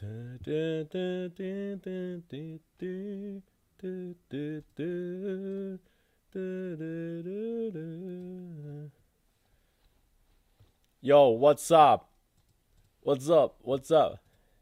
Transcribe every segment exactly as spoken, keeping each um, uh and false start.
Yo, what's up? What's up? What's up?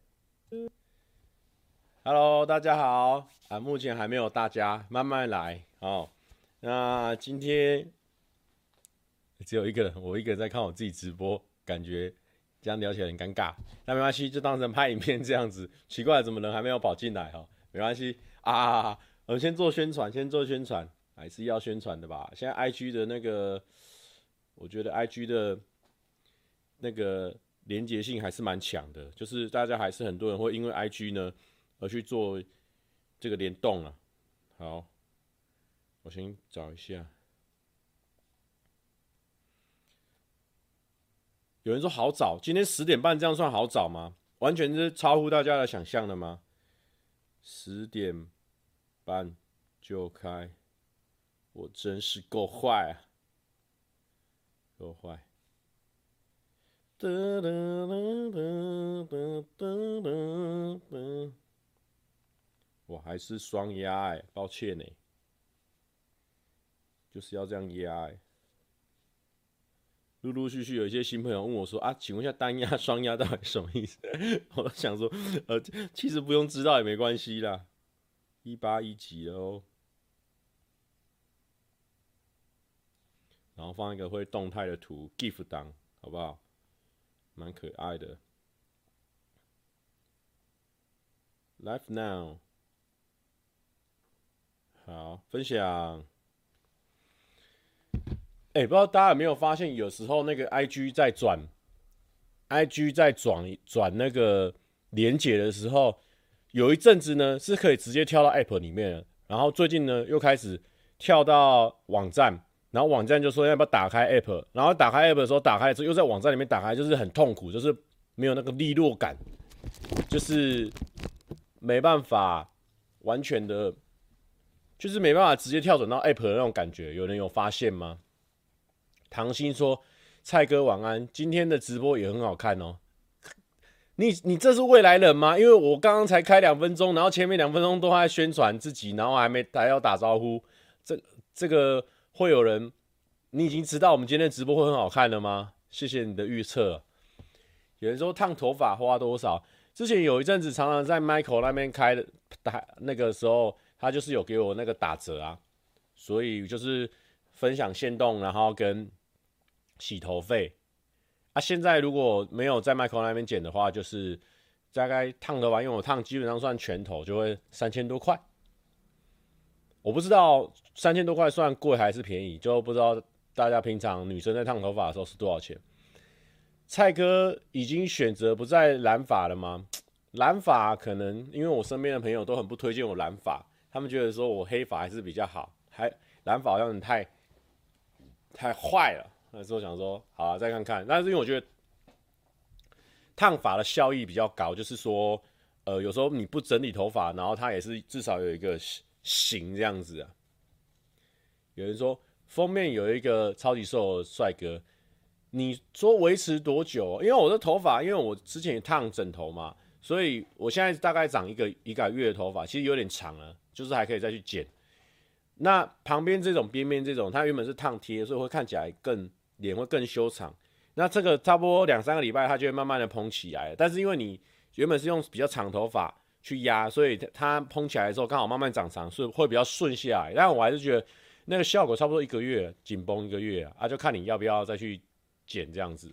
Hello， 大家好啊！目前还没有大家，慢慢来哦。那今天只有一个人，我一个人在看我自己直播，感觉这样聊起来很尴尬。那没关系，就当成拍影片这样子。奇怪，怎么人还没有跑进来哈？没关系啊，我们先做宣传，先做宣传，还是要宣传的吧。现在 I G 的那个，我觉得 I G 的那个连结性还是蛮强的，就是大家还是很多人会因为 I G 呢而去做这个联动啊。好，我先找一下。有人说好早，今天十点半这样算好早吗？完全是超乎大家的想象的吗？十点半就开，我真是够坏啊，够坏。我还是双压哎，抱歉哎，就是要这样压哎。陆陆续续有一些新朋友问我说啊，请问一下单压、双压到底什么意思？我想说，呃，其实不用知道也没关系啦。一八一级了哦，然后放一个会动态的图 ，GIF 档，好不好？蛮可爱的。Live now， 好，分享。哎、欸，不知道大家有没有发现，有时候那个 I G 在转，I G 在转转那个连结的时候，有一阵子呢是可以直接跳到 App 里面的，然后最近呢又开始跳到网站，然后网站就说要不要打开 App， 然后打开 App 的时候打开之后又在网站里面打开，就是很痛苦，就是没有那个利落感，就是没办法完全的，就是没办法直接跳转到 App 的那种感觉。有人有发现吗？唐鑫说：“蔡哥晚安，今天的直播也很好看哦。你你这是未来人吗？因为我刚刚才开两分钟，然后前面两分钟都在宣传自己，然后还没还要打招呼。这这个会有人，你已经知道我们今天的直播会很好看了吗？谢谢你的预测。有人说烫头发花多少？之前有一阵子常常在 Michael 那边开的，那个时候他就是有给我那个打折啊，所以就是分享限动，然后跟洗头费啊，现在如果没有在 Michael 那边剪的话，就是大概烫头发，因为我烫基本上算全头，就会三千多块。我不知道三千多块算贵还是便宜，就不知道大家平常女生在烫头发的时候是多少钱。蔡哥已经选择不在染发了吗？染发可能因为我身边的朋友都很不推荐我染发，他们觉得说我黑发还是比较好，还染发好像太太坏了。那时候想说，好啊，再看看。但是因为我觉得烫发的效益比较高，就是说，呃，有时候你不整理头发，然后它也是至少有一个型这样子啊。有人说封面有一个超级瘦的帅哥，你说维持多久？因为我的头发，因为我之前也烫枕头嘛，所以我现在大概长一个一个月的头发，其实有点长了，就是还可以再去剪。那旁边这种边边这种，它原本是烫贴，所以会看起来更脸会更修长。那这个差不多两三个礼拜，它就会慢慢的蓬起来了。但是因为你原本是用比较长头发去压，所以它蓬起来的时候刚好慢慢长长，所以会比较顺下来。但我还是觉得那个效果差不多一个月，紧绷一个月啊，啊就看你要不要再去剪这样子。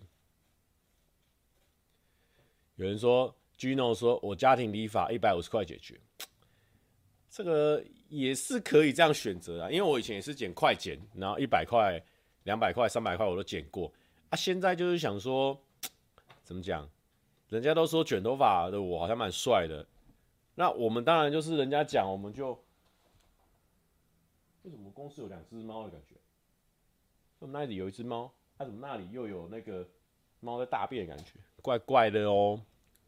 有人说 Gino 说我家庭理发一百五十块解决，这个也是可以这样选择啊，因为我以前也是剪快剪，然后一百块、两百块、三百块我都剪过啊。现在就是想说，怎么讲？人家都说卷头发的我好像蛮帅的，那我们当然就是人家讲，我们就为什么公司有两只猫的感觉？怎么那里有一只猫？它、啊、怎么那里又有那个猫在大便的感觉？怪怪的哦。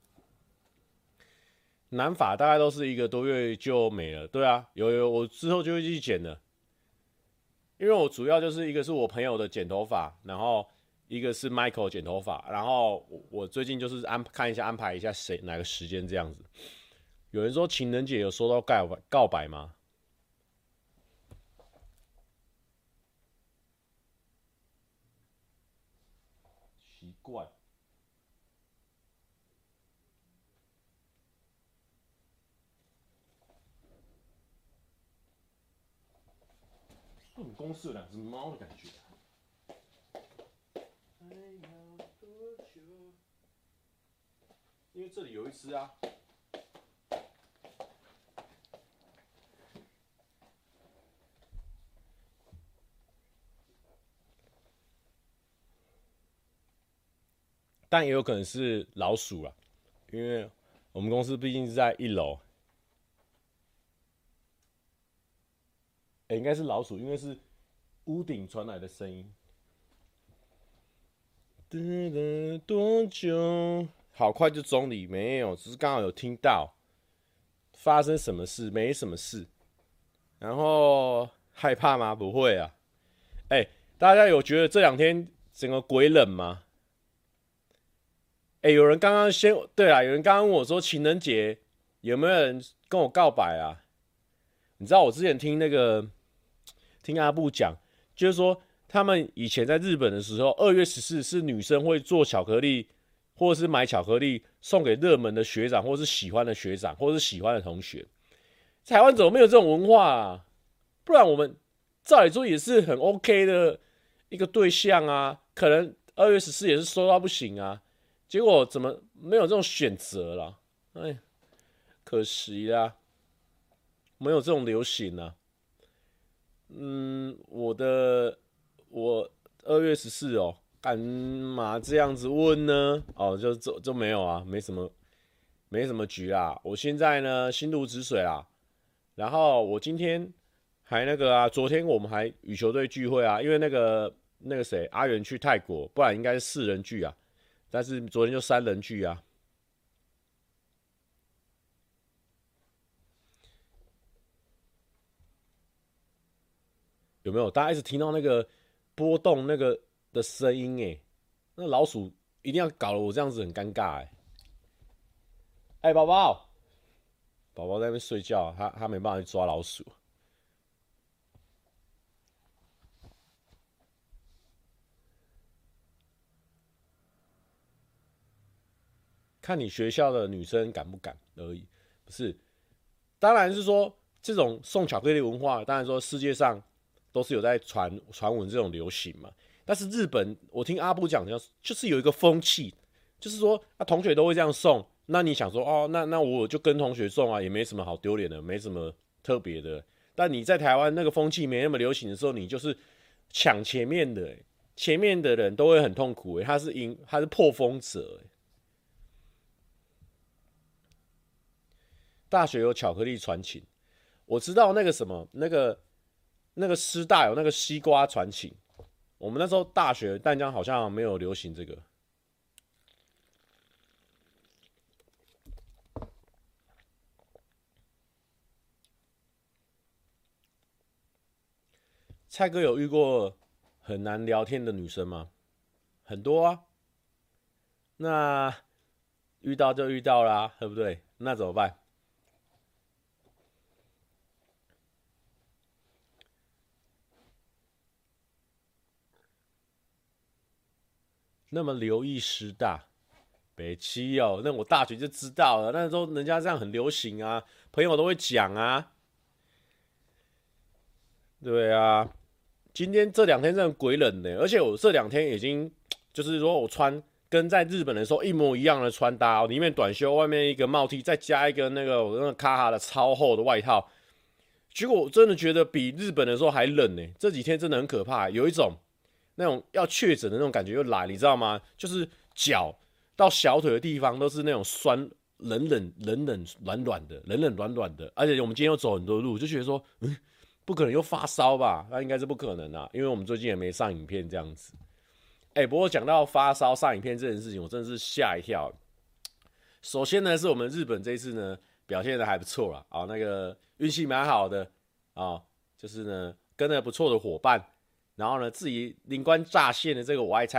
染发大概都是一个多月就没了，对啊，有有，我之后就会去剪了，因为我主要就是一个是我朋友的剪头发，然后一个是 Michael 剪头发，然后我我最近就是安看一下安排一下谁哪个时间这样子。有人说情人节有收到告白告白吗？奇怪，我们公司有两只猫的感觉。因为这里有一只啊。但也有可能是老鼠啦，因为我们公司毕竟是在一楼，欸，应该是老鼠，因为是屋顶传来的声音。等了多久？好快就中离，没有，只是刚好有听到发生什么事，没什么事。然后害怕吗？不会啊。哎，欸，大家有觉得这两天整个鬼冷吗？哎，欸，有人刚刚先对啊，有人刚刚问我说情人节有没有人跟我告白啊？你知道我之前听那个听阿布讲，就是说他们以前在日本的时候，二月十四是女生会做巧克力，或者是买巧克力送给热门的学长，或是喜欢的学长，或是喜欢的同学。台湾怎么没有这种文化啊？不然我们照理说也是很 OK 的一个对象啊，可能二月十四也是收到不行啊。结果怎么没有这种选择啦？哎，可惜啦，没有这种流行啊。嗯，我的我二月十四哦，干嘛这样子问呢？哦，就就就没有啊，没什么没什么局啦。我现在呢心如止水啦。然后我今天还那个啊，昨天我们还羽球队聚会啊，因为那个那个谁阿元去泰国，不然应该是四人聚啊。但是昨天就三人聚啊，有没有？大家一直听到那个波动那个的声音哎，那老鼠一定要搞得我这样子很尴尬哎。哎，宝宝，宝宝在那边睡觉，他他没办法去抓老鼠。看你学校的女生敢不敢而已，不是？当然是说这种送巧克力文化，当然说世界上都是有在传传闻这种流行嘛。但是日本，我听阿布讲的，就是有一个风气，就是说啊，同学都会这样送，那你想说哦，那那我就跟同学送啊，也没什么好丢脸的，没什么特别的。但你在台湾那个风气没那么流行的时候，你就是抢前面的，前面的人都会很痛苦，他是赢，他是破风者。大学有巧克力传情，我知道那个什么，那个那个师大有那个西瓜传情，我们那时候大学淡江好像没有流行这个。蔡哥有遇过很难聊天的女生吗？很多啊，那遇到就遇到啦，对不对？那怎么办？那么留意师大，北七哦，那我大学就知道了，那时候人家这样很流行啊，朋友都会讲啊。对啊，今天这两天真的鬼冷呢，而且我这两天已经就是说我穿跟在日本的时候一模一样的穿搭，里面短袖，外面一个帽 T，再加一个那个我那个卡哈的超厚的外套，结果我真的觉得比日本的时候还冷呢。这几天真的很可怕，有一种那种要确诊的那种感觉又来，你知道吗？就是脚到小腿的地方都是那种酸。冷冷冷冷软软的，冷冷软软的，而且我们今天又走很多路，就觉得说，嗯，不可能又发烧吧？那应该是不可能啊，因为我们最近也没上影片这样子。哎，欸，不过讲到发烧上影片这件事情，我真的是吓一跳。首先呢，是我们日本这一次呢表现的还不错啦，啊，那个运气蛮好的啊，就是呢跟了不错的伙伴，然后呢自己灵光乍现的这个我爱蔡哥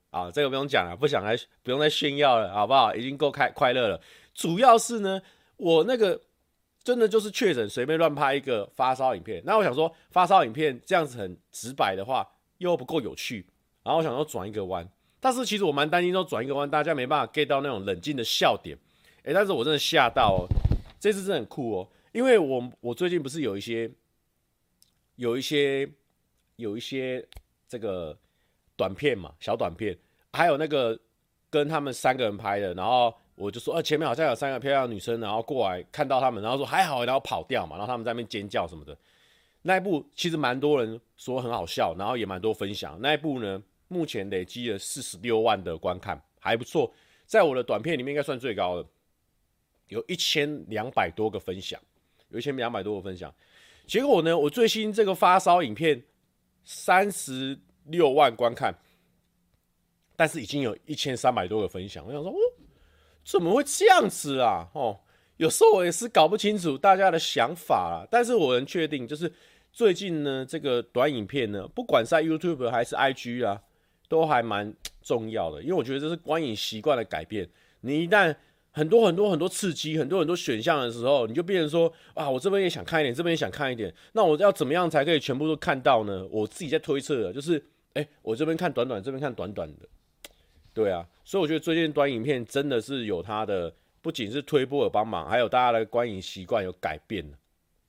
啊，这个不用讲了，不想来不用再炫耀了，好不好？已经够开快乐了。主要是呢，我那个真的就是确诊，随便乱拍一个发烧影片。那我想说，发烧影片这样子很直白的话，又不够有趣，然后我想说转一个弯。但是其实我蛮担心说转一个弯，大家没办法 get 到那种冷静的笑点。哎，但是我真的吓到哦，这次真的很酷哦，因为我我最近不是有一些有一些有一些这个短片嘛，小短片，还有那个跟他们三个人拍的，然后我就说，呃，前面好像有三个漂亮的女生，然后过来看到他们，然后说还好，然后跑掉嘛，然后他们在那边尖叫什么的。那一部其实蛮多人说很好笑，然后也蛮多分享。那一部呢，目前累积了四十六万的观看，还不错，在我的短片里面应该算最高的，有一千两百多个分享，有一千两百多个分享。结果呢，我最新这个发烧影片三十六万观看，但是已经有一千三百多个分享。我想说，哦，怎么会这样子啊？哦，有时候我也是搞不清楚大家的想法啦。但是我能确定，就是最近呢，这个短影片呢，不管是在 YouTube 还是 I G 啊，都还蛮重要的，因为我觉得这是观影习惯的改变。你一旦很多很多很多刺激，很多很多选项的时候，你就变成说啊，我这边也想看一点，这边也想看一点，那我要怎么样才可以全部都看到呢？我自己在推测的，就是，哎、欸，我这边看短短，这边看短短的，对啊，所以我觉得最近短影片真的是有它的，不仅是推播有帮忙，还有大家的观影习惯有改变了。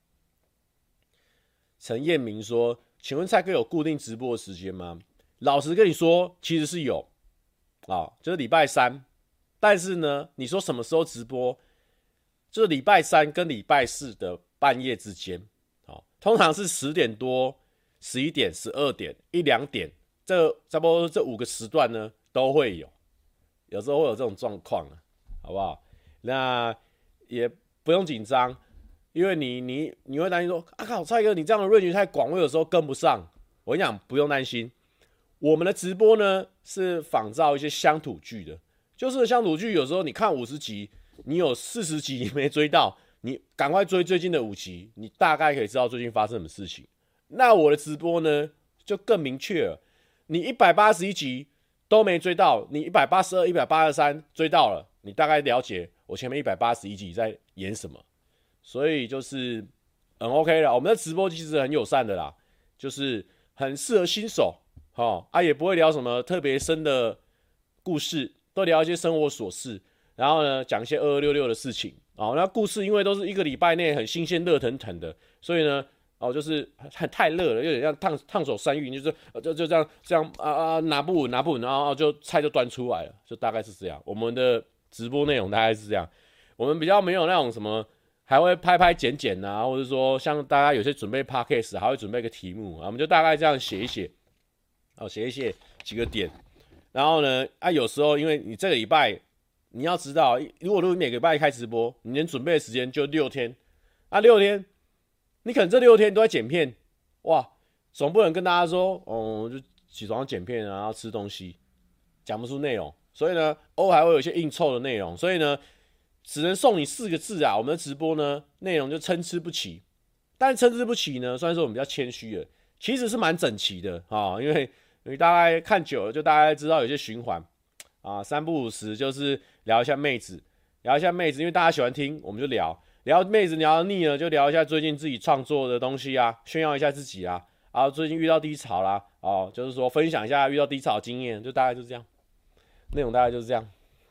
陈彦明说：“请问蔡哥有固定直播的时间吗？”老实跟你说，其实是有啊，就是礼拜三。但是呢，你说什么时候直播？就是礼拜三跟礼拜四的半夜之间，好，通常是十点多、十一点、十二点、一两点，这差不多这五个时段呢都会有，有时候会有这种状况啊，好不好？那也不用紧张，因为你你你会担心说，啊靠，蔡哥你这样的 range 太广，我有时候跟不上。我跟你讲，不用担心，我们的直播呢是仿照一些乡土剧的。就是乡土剧，有时候你看五十集，你有四十集你没追到，你赶快追最近的五集，你大概可以知道最近发生什么事情。那我的直播呢，就更明确了，你一百八十一集都没追到，你一百八十二、一百八十三追到了，你大概了解我前面一百八十一集在演什么，所以就是很 OK 了。我们的直播其实很友善的啦，就是很适合新手，齁，啊也不会聊什么特别深的故事。都聊一些生活琐事，然后呢，讲一些二二六六的事情。哦，那故事因为都是一个礼拜内很新鲜、热腾腾的，所以呢，哦，就是很太热了，有点像烫烫手山芋，就是就就这样这样啊啊拿不稳拿不稳，然后就菜就端出来了，就大概是这样。我们的直播内容大概是这样，我们比较没有那种什么，还会拍拍剪剪啊，或者说像大家有些准备 podcast 还会准备一个题目，我们就大概这样写一写，哦，写一写几个点。然后呢，啊，有时候因为你这个礼拜，你要知道，如果如果每个礼拜开直播，你能准备的时间就六天，啊，六天，你可能这六天都在剪片，哇，总不能跟大家说，哦，就起床剪片，然后吃东西，讲不出内容，所以呢，偶尔还会有一些硬凑的内容，所以呢，只能送你四个字啊，我们的直播呢，内容就参差不齐，但参差不齐呢，虽然说我们比较谦虚的，其实是蛮整齐的啊、哦，因为。你大概看久了，就大概知道有些循环啊，三不五时就是聊一下妹子，聊一下妹子，因为大家喜欢听，我们就聊聊妹子，聊腻了就聊一下最近自己创作的东西啊，炫耀一下自己啊，啊，最近遇到低潮啦，哦，就是说分享一下遇到低潮的经验，就大概就是这样，内容大概就是这样。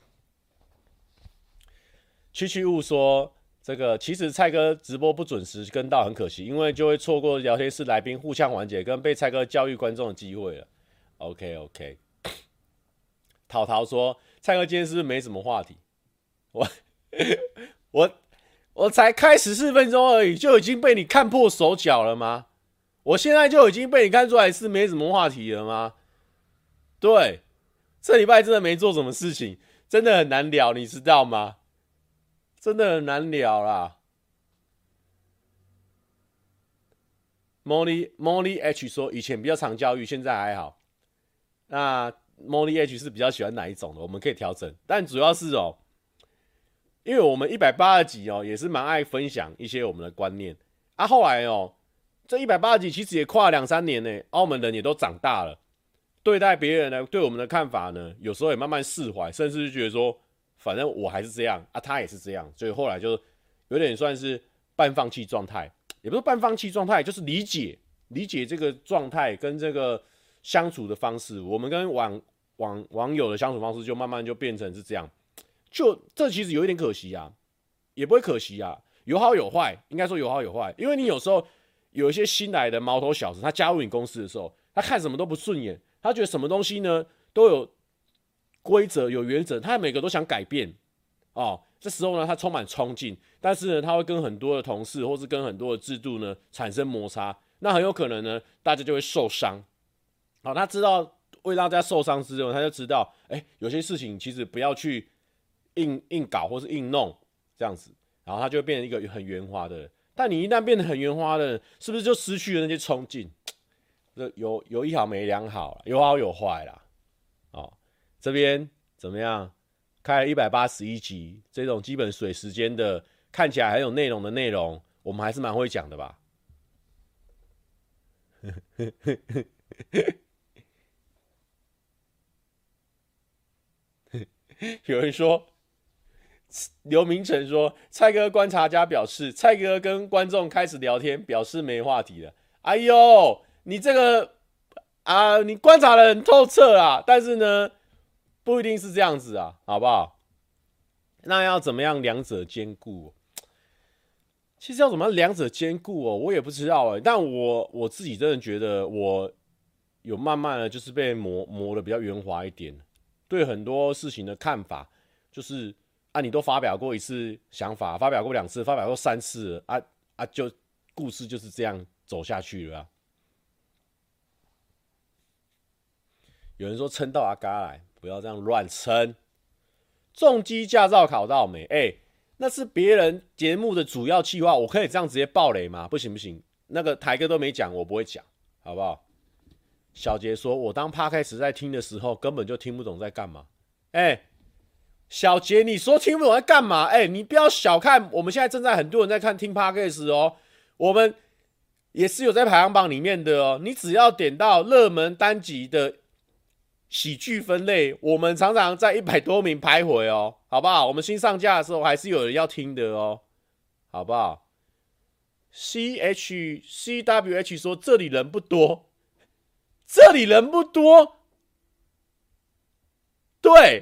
区区物说。这个其实蔡哥直播不准时跟到很可惜，因为就会错过聊天室来宾互呛环节跟被蔡哥教育观众的机会了。OK OK， 淘淘说蔡哥今天是不是没什么话题？我我我才开十四分钟而已，就已经被你看破手脚了吗？我现在就已经被你看出来是没什么话题了吗？对，这礼拜真的没做什么事情，真的很难聊，你知道吗？真的很难聊啦。Molly Molly H 说，以前比较常教育，现在还好。那 Molly H 是比较喜欢哪一种的？我们可以调整，但主要是哦，因为我们一百八十集哦，也是蛮爱分享一些我们的观念啊。后来哦，这一百八十集其实也跨了两三年呢，澳门人也都长大了， 对待别人呢，对我们的看法呢，有时候也慢慢释怀，甚至就觉得说，反正我还是这样啊，他也是这样，所以后来就有点算是半放弃状态，也不是半放弃状态，就是理解理解这个状态跟这个相处的方式，我们跟网网网友的相处方式就慢慢就变成是这样，就这其实有一点可惜啊，也不会可惜啊，有好有坏，应该说有好有坏，因为你有时候有一些新来的毛头小子，他加入你公司的时候，他看什么都不顺眼，他觉得什么东西呢都有规则有原则，他每个都想改变哦。这时候呢，他充满冲劲，但是呢，他会跟很多的同事或是跟很多的制度呢产生摩擦，那很有可能呢，大家就会受伤。好，他知道为大家受伤之后，他就知道，哎，有些事情其实不要去硬硬搞或是硬弄这样子，然后他就会变成一个很圆滑的人。但你一旦变得很圆滑的人，是不是就失去了那些冲劲？有有一好没两好，有好有坏啦。哦，这边怎么样？开了一百八十一集，这种基本水时间的，看起来很有内容的内容，我们还是蛮会讲的吧？有人说，刘明成说，蔡哥观察家表示，蔡哥跟观众开始聊天，表示没话题了。哎呦，你这个啊，你观察得很透彻啊，但是呢，不一定是这样子啊，好不好？那要怎么样两者兼顾？其实要怎么样两者兼顾哦，我也不知道哎、欸。但我我自己真的觉得，我有慢慢的就是被磨磨的比较圆滑一点，对很多事情的看法，就是啊，你都发表过一次想法，发表过两次，发表过三次了啊啊，就故事就是这样走下去了啊。有人说撑到阿嘎来，不要这样乱撑。重机驾照考到没？哎、欸，那是别人节目的主要企划，我可以这样直接爆雷吗？不行不行，那个台哥都没讲，我不会讲，好不好？小杰说，我当 Podcast 在听的时候，根本就听不懂在干嘛。哎、欸，小杰，你说听不懂在干嘛？哎、欸，你不要小看，我们现在正在很多人在看听 Podcast 哦，我们也是有在排行榜里面的哦。你只要点到热门单集的喜剧分类，我们常常在一百多名徘徊哦，好不好？我们新上架的时候还是有人要听的哦，好不好 ？C H C W H 说这里人不多，这里人不多，对，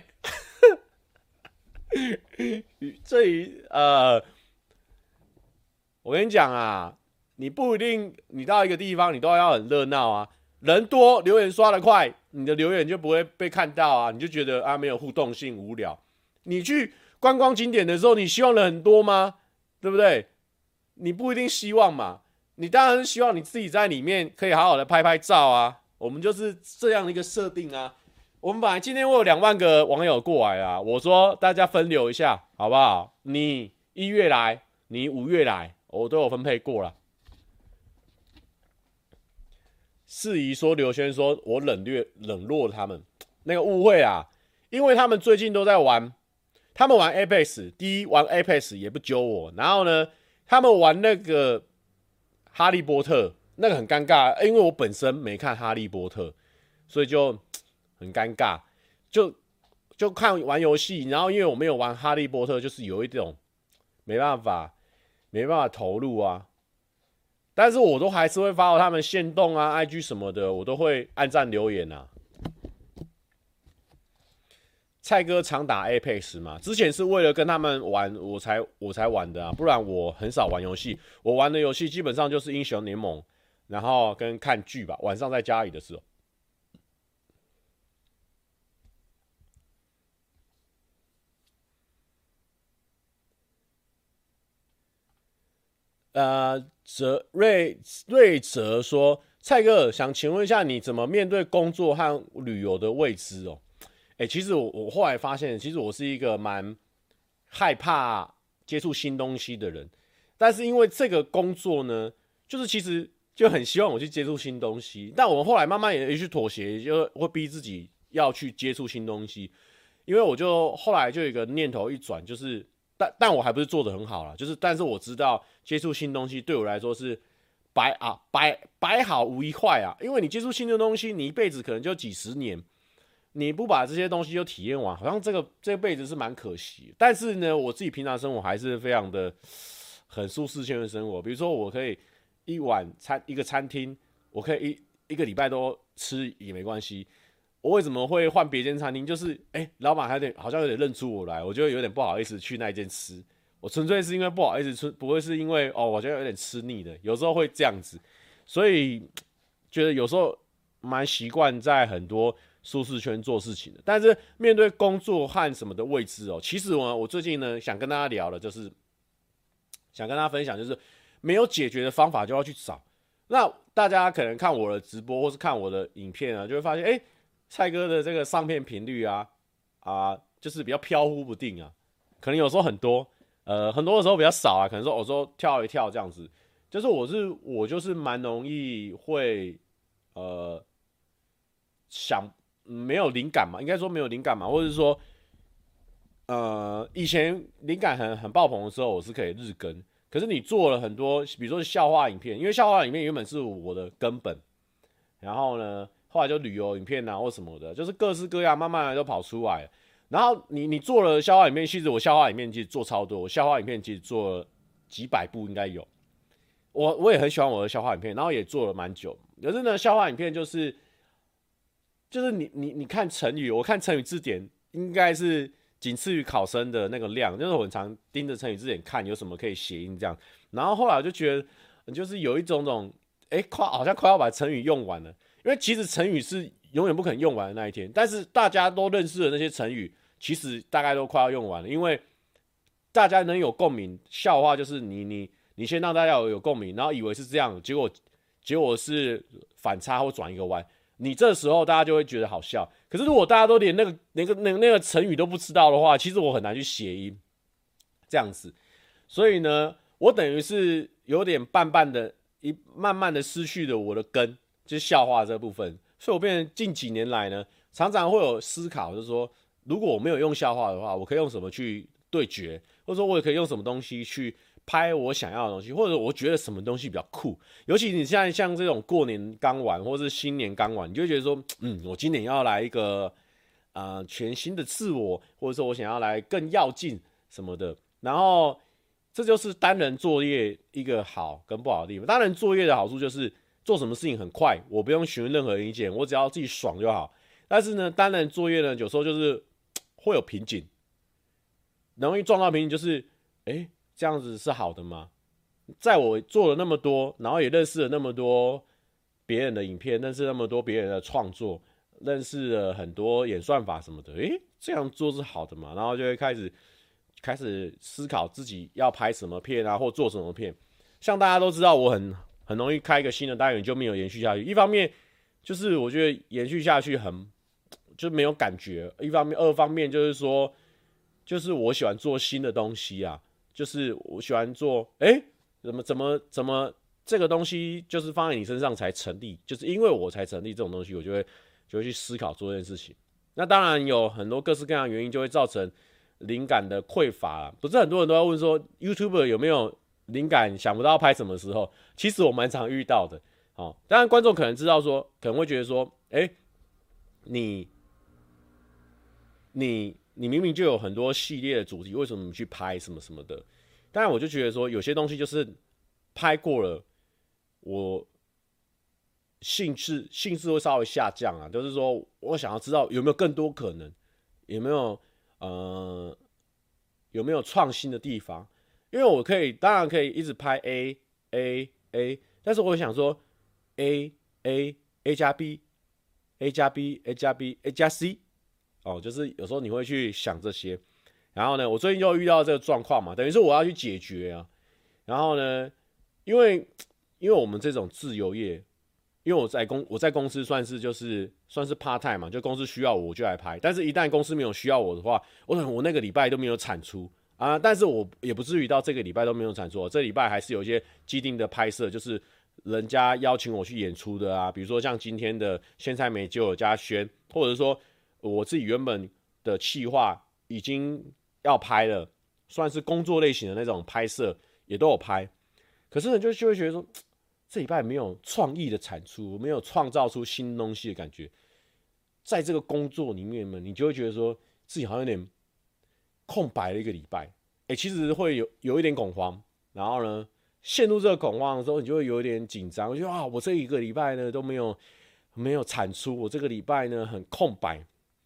这里呃，我跟你讲啊，你不一定你到一个地方你都要很热闹啊。人多，留言刷得快，你的留言就不会被看到啊，你就觉得啊没有互动性，无聊。你去观光景点的时候，你希望人很多吗？对不对？你不一定希望嘛，你当然是希望你自己在里面可以好好的拍拍照啊。我们就是这样的一个设定啊。我们本来今天我有两万个网友过来啊，我说大家分流一下，好不好？你一月来，你五月来，我都有分配过了。适宜说刘轩说我冷略冷落他们，那个误会啊，因为他们最近都在玩，他们玩 Apex， 第一玩 Apex 也不揪我，然后呢，他们玩那个哈利波特，那个很尴尬，因为我本身没看哈利波特，所以就很尴尬，就就看玩游戏，然后因为我没有玩哈利波特，就是有一种没办法没办法投入啊。但是我都还是会follow他们限动啊 ，I G 什么的，我都会按赞留言啊。蔡哥常打 Apex 嘛，之前是为了跟他们玩，我才我才玩的啊，不然我很少玩游戏。我玩的游戏基本上就是英雄联盟，然后跟看剧吧，晚上在家里的时候。呃，哲瑞瑞哲说，蔡哥想请问一下，你怎么面对工作和旅游的未知哦？哎、欸，其实我我后来发现，其实我是一个蛮害怕接触新东西的人，但是因为这个工作呢，就是其实就很希望我去接触新东西，但我后来慢慢也去妥协，就会逼自己要去接触新东西，因为我就后来就有一个念头一转，就是。但但我还不是做得很好啦，就是但是我知道接触新东西对我来说是摆啊摆摆好无一坏啊，因为你接触新的东西，你一辈子可能就几十年，你不把这些东西都体验完，好像这个这辈子是蛮可惜的。但是呢，我自己平常生活还是非常的很舒适圈的生活，比如说我可以一碗餐一个餐厅，我可以一一个礼拜都吃也没关系。我为什么会换别间餐厅？就是哎、欸，老板还有点好像有点认出我来，我就有点不好意思去那间吃。我纯粹是因为不好意思吃，不会是因为哦，我觉得有点吃腻的，有时候会这样子，所以觉得有时候蛮习惯在很多舒适圈做事情的。但是面对工作和什么的未知哦，其实我我最近呢想跟大家聊的，就是想跟大家分享，就是没有解决的方法就要去找。那大家可能看我的直播或是看我的影片啊，就会发现，哎、欸，蔡哥的这个上片频率啊啊，就是比较飘忽不定啊，可能有时候很多。呃，很多的时候比较少啊，可能说有时候跳一跳这样子，就是我是我就是蛮容易会呃想没有灵感嘛，应该说没有灵感嘛，或者是说呃以前灵感很很爆棚的时候，我是可以日更，可是你做了很多，比如说笑话影片，因为笑话影片原本是我的根本，然后呢后来就旅游影片啊或什么的，就是各式各样慢慢的都跑出来了。然后你你做了笑话影片，其实我笑话影片其实做超多，我笑话影片其实做了几百部应该有。我我也很喜欢我的笑话影片，然后也做了蛮久。可是呢，笑话影片就是就是你你你看成语，我看成语字典应该是仅次于考生的那个量，就是我很常盯着成语字典看有什么可以谐音这样。然后后来我就觉得，就是有一种种，哎，快好像快要把成语用完了，因为其实成语是永远不可能用完的那一天，但是大家都认识的那些成语，其实大概都快要用完了，因为大家能有共鸣。笑话就是你你你先让大家有有共鸣，然后以为是这样，结果结果是反差或转一个弯，你这时候大家就会觉得好笑。可是如果大家都连那个那个那个那个成语都不知道的话，其实我很难去谐音这样子。所以呢，我等于是有点半半的，一慢慢的失去了我的根，就是笑话这部分。所以我变成近几年来呢，常常会有思考，就是说，如果我没有用笑话的话，我可以用什么去对决，或者说我也可以用什么东西去拍我想要的东西，或者我觉得什么东西比较酷。尤其你现在像这种过年刚完，或是新年刚完，你就会觉得说，嗯，我今年要来一个呃全新的自我，或者说我想要来更要劲什么的。然后这就是单人作业一个好跟不好的地方。单人作业的好处就是做什么事情很快，我不用询问任何人意见，我只要自己爽就好。但是呢，单人作业呢，有时候就是会有瓶颈，容易撞到瓶颈，就是，哎，这样子是好的吗？在我做了那么多，然后也认识了那么多别人的影片，认识那么多别人的创作，认识了很多演算法什么的，哎，这样做是好的吗？然后就会开始开始思考自己要拍什么片啊，或做什么片。像大家都知道，我很很容易开一个新的单元就没有延续下去。一方面就是我觉得延续下去很就没有感觉，一方面二方面就是说，就是我喜欢做新的东西啊，就是我喜欢做，哎、欸，怎么怎么怎么这个东西就是放在你身上才成立，就是因为我才成立这种东西，我就会就会去思考做这件事情。那当然有很多各式各样的原因，就会造成灵感的匮乏啦。不是很多人都在问说 ，YouTuber 有没有灵感想不到拍什么时候？其实我蛮常遇到的。哦，当然观众可能知道说，可能会觉得说，哎、欸，你你你明明就有很多系列的主题，为什么你去拍什么什么的？当然我就觉得说，有些东西就是拍过了，我兴致兴致会稍微下降啊。就是说我想要知道有没有更多可能，有没有呃有没有创新的地方？因为我可以当然可以一直拍 A A A， 但是我想说 A A A 加 B A 加 B A 加 B A 加 C。哦，就是有时候你会去想这些，然后呢，我最近就遇到这个状况嘛，等于是我要去解决啊。然后呢，因为因为我们这种自由业，因为我在公我在公司算是就是算是 part time 嘛，就公司需要我我就来拍，但是一旦公司没有需要我的话，我我那个礼拜都没有产出啊，但是我也不至于到这个礼拜都没有产出，这礼拜还是有一些既定的拍摄，就是人家邀请我去演出的啊，比如说像今天的鲜菜美酒有加轩，或者说我自己原本的企划已经要拍了，算是工作类型的那种拍摄也都有拍，可是呢就就会觉得说， 这礼拜没有创意的产出，没有创造出新东西的感觉，在这个工作里面呢，你就会觉得说自己好像有点空白了一个礼拜，哎、欸，其实会有有一点恐慌，然后呢，陷入这个恐慌的时候，你就会有一点紧张，就啊，我这一个礼拜呢都没有没有产出，我这个礼拜呢很空白，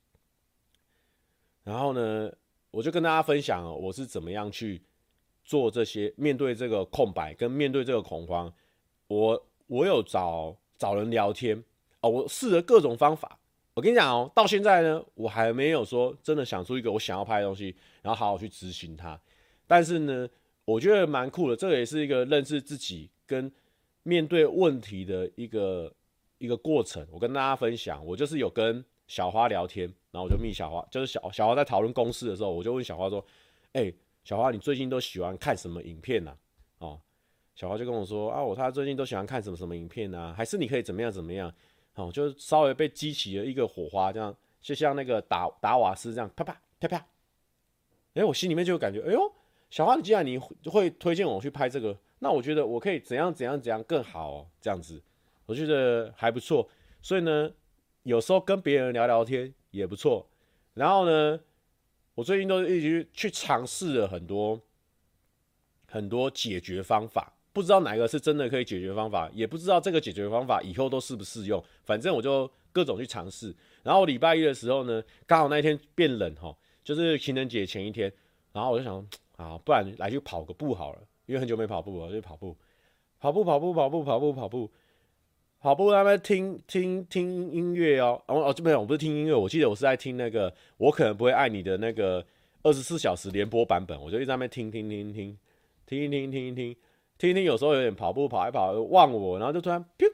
然后呢，我就跟大家分享哦，我是怎么样去做这些，面对这个空白跟面对这个恐慌，我我有找找人聊天哦，我试了各种方法。我跟你讲哦，到现在呢，我还没有说真的想出一个我想要拍的东西，然后好好去执行它。但是呢，我觉得蛮酷的，这个也是一个认识自己跟面对问题的一个一个过程。我跟大家分享，我就是有跟小花聊天，然后我就密小花，就是小小花在讨论公司的时候，我就问小花说：“哎、欸，小花，你最近都喜欢看什么影片啊？”哦，小花就跟我说：“啊，我他最近都喜欢看什么什么影片啊？还是你可以怎么样怎么样？”哦，就稍微被激起了一个火花，这样就像那个打打瓦斯这样，啪啪啪啪。哎、欸，我心里面就有感觉，哎呦，小花，你既然你会推荐我去拍这个，那我觉得我可以怎样怎样怎样更好哦，这样子，我觉得还不错。所以呢，有时候跟别人聊聊天也不错。然后呢，我最近都一直去尝试了很多很多解决方法。不知道哪个是真的可以解决方法，也不知道这个解决方法以后都适不适用。反正我就各种去尝试。然后礼拜一的时候呢，刚好那一天变冷哈，就是情人节前一天。然后我就想，啊，不然来去跑个步好了，因为很久没跑步了，就跑步，跑步，跑步，跑步，跑步，跑步，跑步。他们听听听音乐哦，哦哦，没有，我不是听音乐，我记得我是在听那个我可能不会爱你的那个二十四小时联播版本，我就一直在那边听听听听听听听听听。听听，有时候有点跑步跑一跑忘我，然后就突然，噗，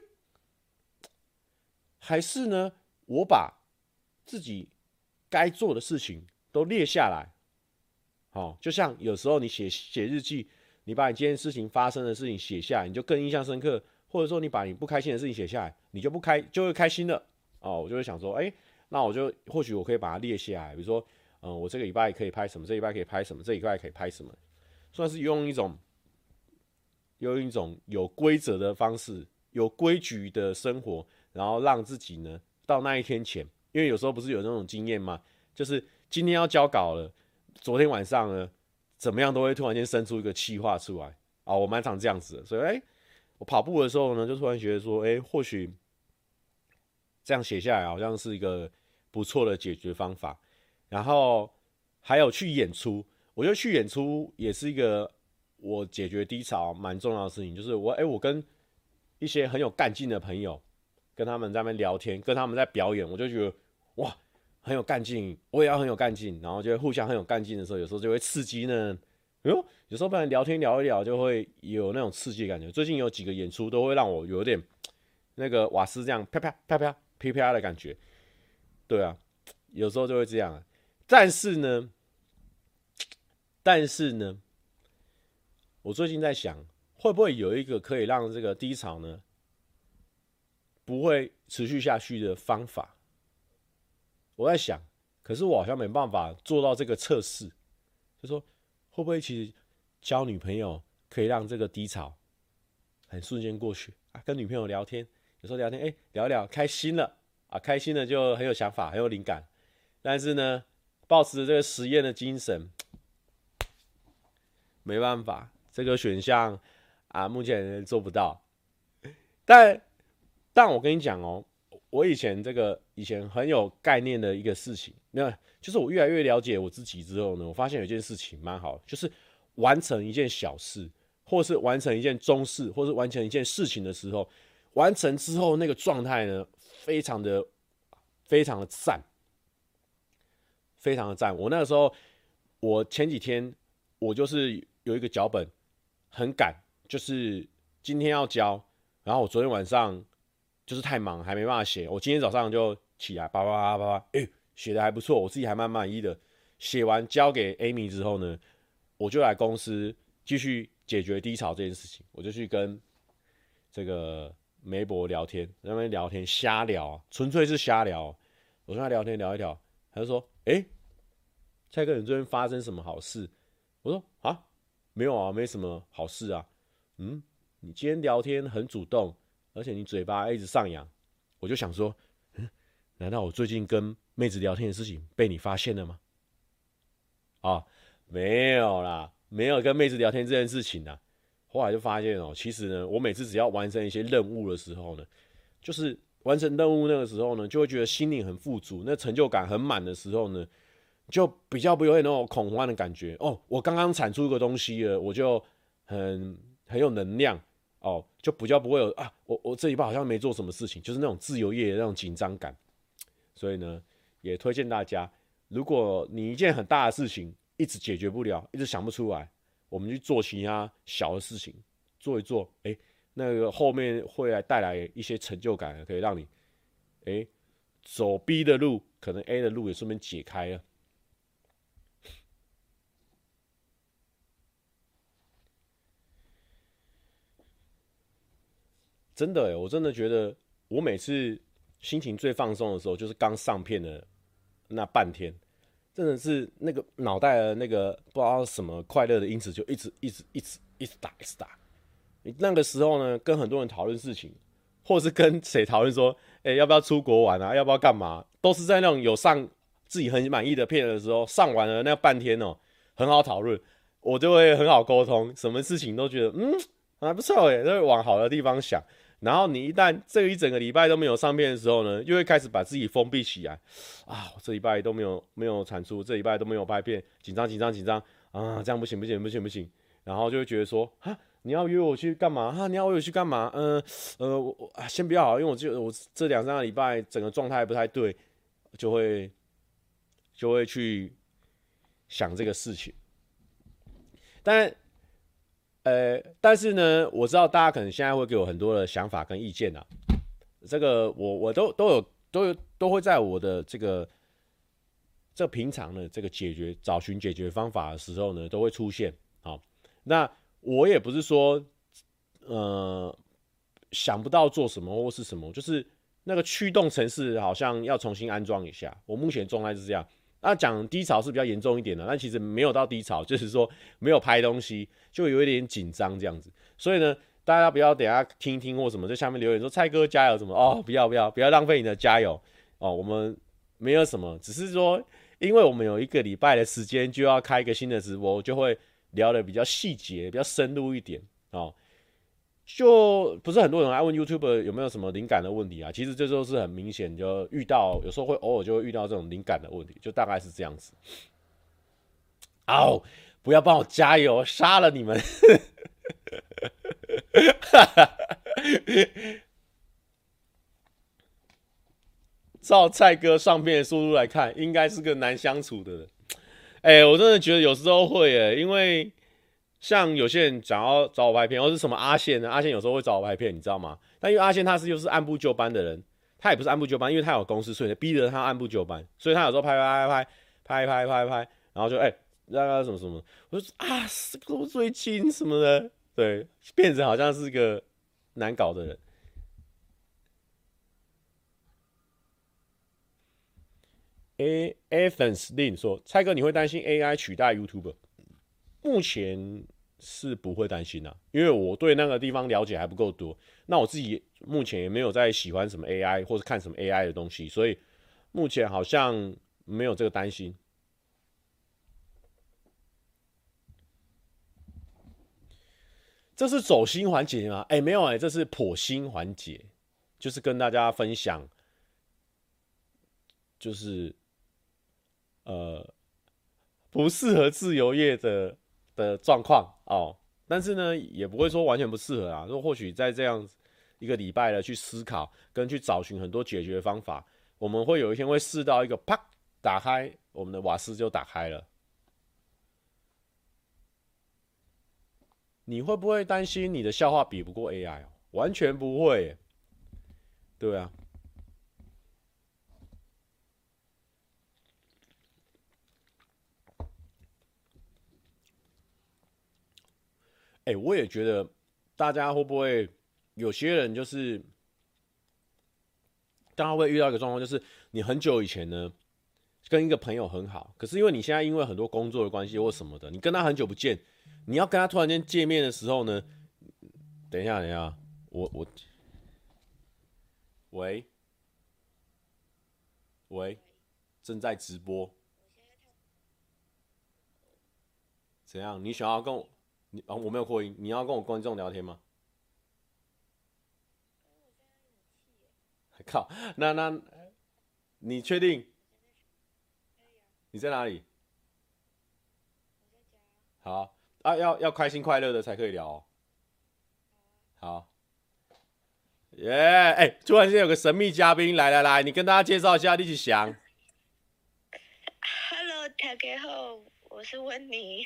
还是呢，我把自己该做的事情都列下来，好、哦，就像有时候你写写日记，你把你今天事情发生的事情写下来，你就更印象深刻，或者说你把你不开心的事情写下来，你就不开就会开心了，哦，我就会想说，哎、欸，那我就或许我可以把它列下来，比如说，嗯、呃，我这个礼拜可以拍什么，这礼拜可以拍什么，这礼拜可以拍什么，算是用一种。用一种有规则的方式，有规矩的生活，然后让自己呢到那一天前，因为有时候不是有那种经验吗？就是今天要交稿了，昨天晚上呢怎么样都会突然间生出一个企划出来啊，我蛮常这样子的，所以哎、欸，我跑步的时候呢，就突然觉得说，哎、欸，或许这样写下来好像是一个不错的解决方法。然后还有去演出，我觉得去演出也是一个。我解决低潮蛮重要的事情，就是我哎、欸，我跟一些很有干劲的朋友，跟他们在那边聊天，跟他们在表演，我就觉得哇，很有干劲，我也要很有干劲，然后就会互相很有干劲的时候，有时候就会刺激呢。哎呦，有时候不然聊天聊一聊，就会有那种刺激的感觉。最近有几个演出都会让我有点那个瓦斯这样啪啪啪啪噼啪的感觉。对啊，有时候就会这样、啊。但是呢，但是呢。我最近在想，会不会有一个可以让这个低潮呢不会持续下去的方法？我在想，可是我好像没办法做到这个测试。就说会不会其实交女朋友可以让这个低潮很瞬间过去啊？跟女朋友聊天，有时候聊天，哎、欸，聊一聊开心了啊，开心了就很有想法，很有灵感。但是呢，抱持这个实验的精神，没办法。这个选项啊，目前做不到。但但我跟你讲哦，我以前这个以前很有概念的一个事情，那就是我越来越了解我自己之后呢，我发现有一件事情蛮好，就是完成一件小事，或是完成一件中事，或是完成一件事情的时候，完成之后那个状态呢，非常的非常的赞，非常的赞。我那个时候，我前几天我就是有一个脚本。很赶，就是今天要交，然后我昨天晚上就是太忙，还没办法写。我今天早上就起来，叭叭叭叭叭，哎，写的还不错，我自己还蛮满意的。写完交给 Amy 之后呢，我就来公司继续解决低潮这件事情。我就去跟这个梅博聊天，在那边聊天瞎聊，纯粹是瞎聊。我跟他聊天聊一聊，他就说：“哎、欸，蔡哥，你最近发生什么好事？”我说：“啊。”没有啊，没什么好事啊。嗯， 你今天聊天很主动，而且你嘴巴一直上扬，我就想说，嗯，难道我最近跟妹子聊天的事情被你发现了吗？啊，没有啦，没有跟妹子聊天这件事情啊。后来就发现哦，其实呢，我每次只要完成一些任务的时候呢，就是完成任务那个时候呢，就会觉得心灵很富足，那成就感很满的时候呢，就比较不会有那种恐慌的感觉。哦，我刚刚产出一个东西了，我就很很有能量哦，就比较不会有啊，我我这一半好像没做什么事情，就是那种自由业的那种紧张感。所以呢，也推荐大家，如果你一件很大的事情一直解决不了，一直想不出来，我们去做其他小的事情，做一做，哎，那个后面会来带来一些成就感，可以让你，哎，走 B 的路，可能 A 的路也顺便解开了。真的，哎，我真的觉得，我每次心情最放松的时候，就是刚上片的那半天，真的是那个脑袋的那个不知道什么快乐的因子就一直一直一直一直打一直打。你那个时候呢，跟很多人讨论事情，或是跟谁讨论说，哎、欸，要不要出国玩啊？要不要干嘛？都是在那种有上自己很满意的片的时候，上完了那半天哦，很好讨论，我就会很好沟通，什么事情都觉得嗯还不错哎，都会往好的地方想。然后你一旦这一整个礼拜都没有上片的时候呢，又会开始把自己封闭起来啊！我这礼拜都没有没有产出，这礼拜都没有拍片，紧张紧张紧张啊！这样不行不行不行不行，然后就会觉得说哈，你要约我去干嘛？哈，你要约我去干嘛？嗯呃呃，我我啊，先不要好，因为我就我这两三个礼拜整个状态不太对，就会就会去想这个事情。但呃，但是呢，我知道大家可能现在会给我很多的想法跟意见啊，这个我我都都有都有都会在我的这个这平常的这个解决找寻解决方法的时候呢，都会出现。好，那我也不是说呃想不到做什么或是什么，就是那个驱动程式好像要重新安装一下。我目前状态是这样。那讲低潮是比较严重一点的，但其实没有到低潮，就是说没有拍东西，就有一点紧张这样子。所以呢，大家不要等一下听一听或什么，在下面留言说蔡哥加油什么哦，不要不要不要浪费你的加油哦，我们没有什么，只是说因为我们有一个礼拜的时间就要开一个新的直播，就会聊的比较细节、比较深入一点哦。就不是很多人来问 YouTube 有没有什么灵感的问题啊？其实这都是很明显，就遇到有时候会偶尔就会遇到这种灵感的问题，就大概是这样子。哦，不要帮我加油，杀了你们！照蔡哥上片的速度来看，应该是个难相处的人。哎、欸，我真的觉得有时候会哎、欸，因为像有些人想要找我拍片，或是什么阿宪呢？阿宪有时候会找我拍片，你知道吗？但因为阿宪他是又是按部就班的人，他也不是按部就班，因为他有公司，所以逼着他按部就班，所以他有时候拍拍拍拍拍拍拍，然后就哎那个什么什么，我就说啊，是我最近什么的，对，变成好像是个难搞的人。A Athens Lin 说：“蔡哥，你会担心 A I 取代 YouTuber？” 目前是不会担心啊，因为我对那个地方了解还不够多。那我自己目前也没有在喜欢什么 A I 或是看什么 A I 的东西，所以目前好像没有这个担心。这是走心环节吗？哎、欸，没有哎、欸，这是剖心环节，就是跟大家分享，就是呃不适合自由业的的状况哦。但是呢，也不会说完全不适合啊。说或许在这样一个礼拜的去思考跟去找寻很多解决方法，我们会有一天会试到一个啪打开，我们的瓦斯就打开了。你会不会担心你的笑话比不过 A I？ 完全不会，对啊。哎、欸，我也觉得大家会不会有些人就是，大家会遇到一个状况，就是你很久以前呢跟一个朋友很好，可是因为你现在因为很多工作的关系或什么的，你跟他很久不见，你要跟他突然间见面的时候呢， 等一下，等一下，我我喂喂，正在直播，怎样？你想要跟我你啊？我没有扩音，你要跟我观众聊天吗？靠，那那你确定你在哪里？好啊，要要开心快乐的才可以聊哦。好，耶！哎，突然间有个神秘嘉宾，来来来，你跟大家介绍一下立起祥。 Hello，大家好，我是温妮。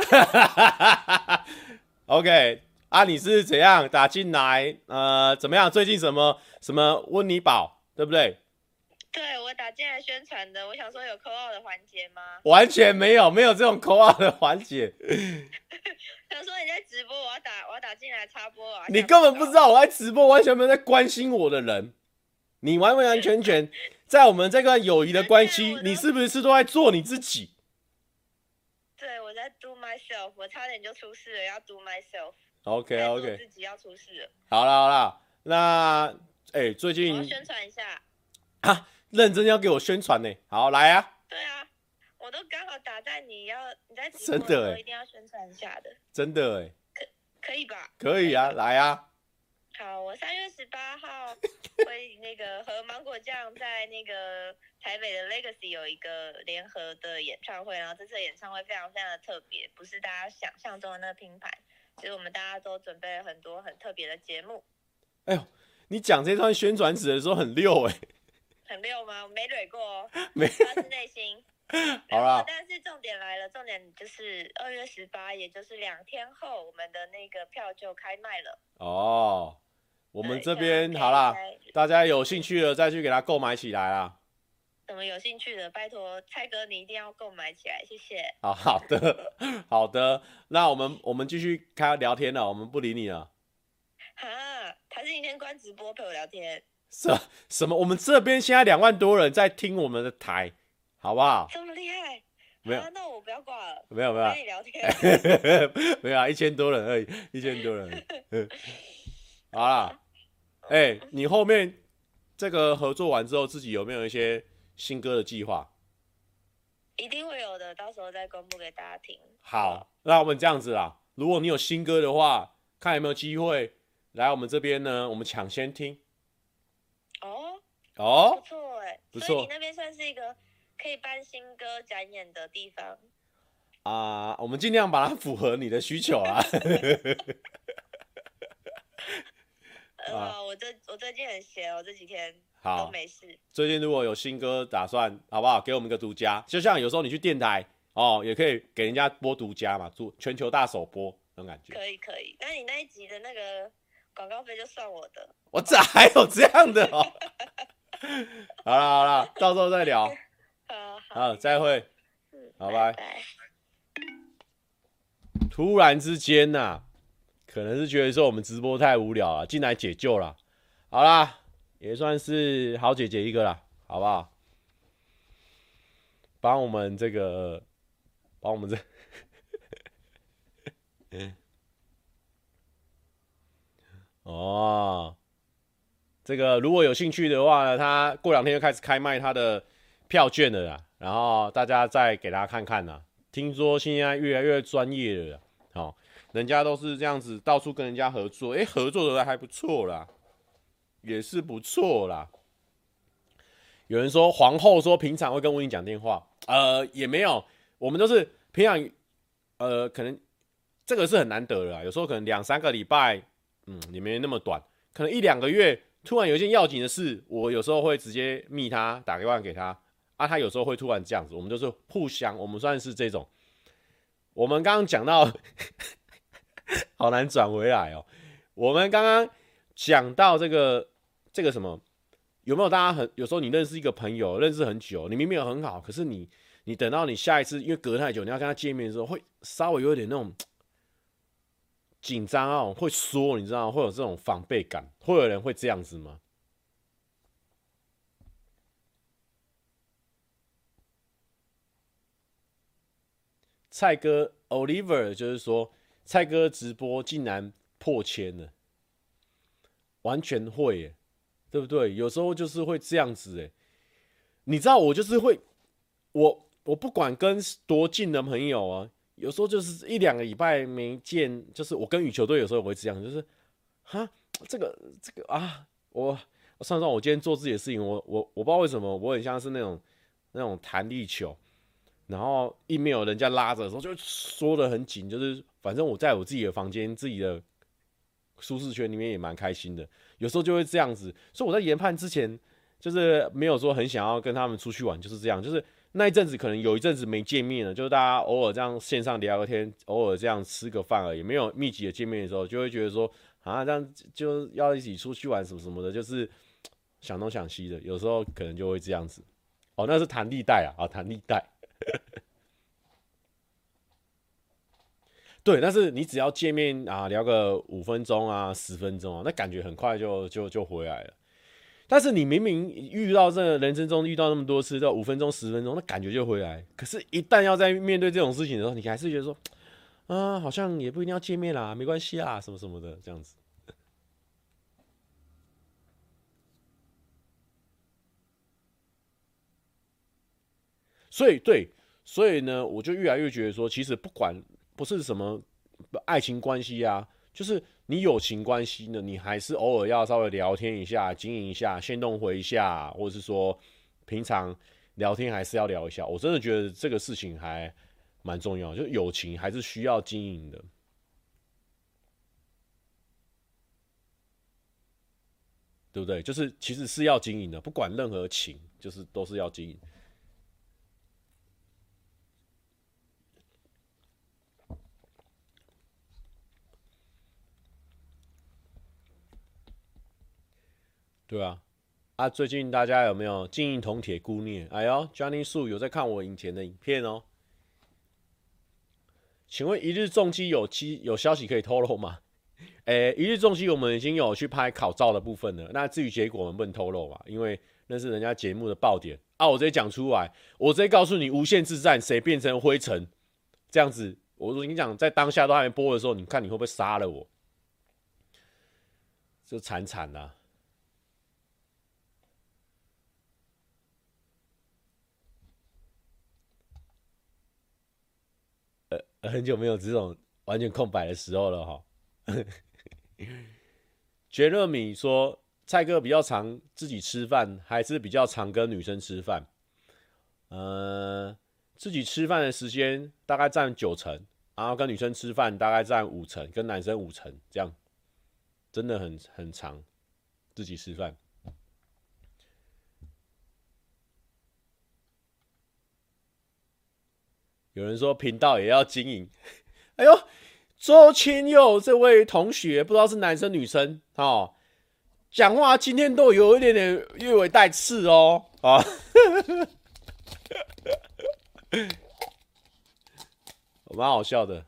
OK，啊，你是怎样打进来？呃，怎么样？最近什么什么温妮宝，对不对？ 对，我打进来宣传的，我想说有扣号的环节吗？ 完全没有，没有这种扣号的环节。 想说你在直播，我要打，我要打进来插播啊！ 你根本不知道我在直播，完全没有在关心我的人。你完完全全在我们这段友谊的关系，你是不是都在做你自己？ 对，我在 do myself， 我差点就出事了，要 do myself。OK OK， 自己要出事了。 好啦好啦，那哎、欸，最近我要宣传一下啊，认真要给我宣传呢。好，来啊！ 对啊，我都刚好打在你要你在直播的时候一定要宣传一下的。 真的哎， 可可以吧？ 可以啊，来啊！ 好，我三月十八号会那个和芒果酱在那个台北的 Legacy 有一个联合的演唱会，然后这次的演唱会非常非常的特别，不是大家想象中的那个拼盘，其实我们大家都准备了很多很特别的节目。 哎呦，你讲这段宣传词的时候很溜哎、欸， 很溜吗？我没蕊过哦， 没， 发自内心。 好啦， 但是重点来了，重点就是二月十八，也就是两天后，我们的那个票就开卖了。 哦，我们这边好啦，大家有兴趣的再去给他购买起来啦。 什么有兴趣的，拜托蔡哥你一定要购买起来，谢谢。 好好的，好的，那我们我们继续开聊天了，我们不理你了。 哈，他是今天关直播陪我聊天。 什什么？我们这边现在两万多人在听我们的台，好不好？ 这么厉害？ 没有， 啊、那我不要挂了。 没有没有， 跟你聊天。 没有啊，一千多人而已，一千多人。好啦，哎、欸，你后面这个合作完之后，自己有没有一些新歌的计划？ 一定会有的，到时候再公布给大家听。 好，那我们这样子啦，如果你有新歌的话，看有没有机会来我们这边呢，我们抢先听。 哦哦， 不错哎， 不错。 所以你那边算是一个可以办新歌展演的地方啊、呃，我们尽量把它符合你的需求啦。 呃，我这我最近很闲，我这几天都没事。 最近如果有新歌打算，好不好？给我们个独家，就像有时候你去电台哦，也可以给人家播独家嘛，做全球大首播那种感觉。 可以可以，那你那一集的那个广告费就算我的。 我这还有这样的哦。好啦好啦，到时候再聊。 好， 好，再会。 嗯， 好拜拜。 突然之间呐、啊，可能是觉得说我们直播太无聊了，进来解救了。好啦，也算是好姐姐一个啦，好不好？帮我们这个，帮我们这，哦，这个如果有兴趣的话呢，他过两天就开始开卖他的票券了啦，然后大家再给他看看啦。听说现在越来越专业了啦，好、哦，人家都是这样子到处跟人家合作，哎，合作的还不错啦，也是不错啦。有人说皇后说平常会跟温妮讲电话，呃，也没有，我们都是平常，呃，可能这个是很难得的啦，有时候可能两三个礼拜，嗯，也没那么短，可能一两个月，突然有一件要紧的事，我有时候会直接密他，打电话给他，啊，他有时候会突然这样子，我们就是互相，我们算是这种。我们刚刚讲到，好难转回来哦。我们刚刚讲到这个这个什么，有没有大家很有时候你认识一个朋友，认识很久，你明明很好，可是你你等到你下一次，因为隔太久，你要跟他见面的时候，会稍微有点那种紧张啊，会缩，你知道吗？会有这种防备感，会有人会这样子吗？蔡哥 Oliver 就是说，蔡哥直播竟然破千了， 完全会耶，对不对？有时候就是会这样子哎，你知道我就是会，我我不管跟多近的朋友啊，有时候就是一两个礼拜没见，就是我跟羽球队有时候也会这样，就是哈这个这个啊，我算算我今天做自己的事情，我我我不知道为什么我很像是那种那种弹力球。然后一没有人家拉着的时候，就缩得很紧，就是反正我在我自己的房间、自己的舒适圈里面也蛮开心的。有时候就会这样子，所以我在研判之前，就是没有说很想要跟他们出去玩，就是这样。就是那一阵子可能有一阵子没见面了，就是大家偶尔这样线上聊个天，偶尔这样吃个饭而已，没有密集的见面的时候，就会觉得说啊，这样就要一起出去玩什么什么的，就是想东想西的。有时候可能就会这样子。哦，那是弹力带啊，啊，弹力带。对，但是你只要见面啊，聊个五分钟啊、十分钟啊，那感觉很快就就就回来了。但是你明明遇到这个人生中遇到那么多次，到五分钟、十分钟，那感觉就回来。可是，一旦要在面对这种事情的时候，你还是觉得说，啊，好像也不一定要见面啦，没关系啦，什么什么的，这样子。所以，对，所以呢，我就越来越觉得说，其实不管不是什么爱情关系啊，就是你友情关系呢，你还是偶尔要稍微聊天一下，经营一下，先动回一下，或者是说平常聊天还是要聊一下。我真的觉得这个事情还蛮重要，就是友情还是需要经营的，对不对？就是其实是要经营的，不管任何情，就是都是要经营。对啊。啊，最近大家有没有经营铜铁孤孽？哎呦，Johnny 树有在看我以前的影片哦。请问一日重机有机有消息可以透露吗？诶，一日重机我们已经有去拍考照的部分了，那至于结果我们不能透露嘛，因为那是人家节目的爆点啊。我直接讲出来，我直接告诉你，无限之战谁变成灰尘，这样子，我跟你讲，在当下都还没播的时候，你看你会不会杀了我？就惨惨啦。很久没有这种完全空白的时候了哈。杰勒米说，蔡哥比较常自己吃饭，还是比较常跟女生吃饭？呃，自己吃饭的时间大概占九成，然后跟女生吃饭大概占五成，跟男生五成，这样真的很很长。自己吃饭，有人说频道也要经营。哎呦，周清佑这位同学不知道是男生女生哦，讲话今天都有一点点略微带刺哦啊，蛮好笑的。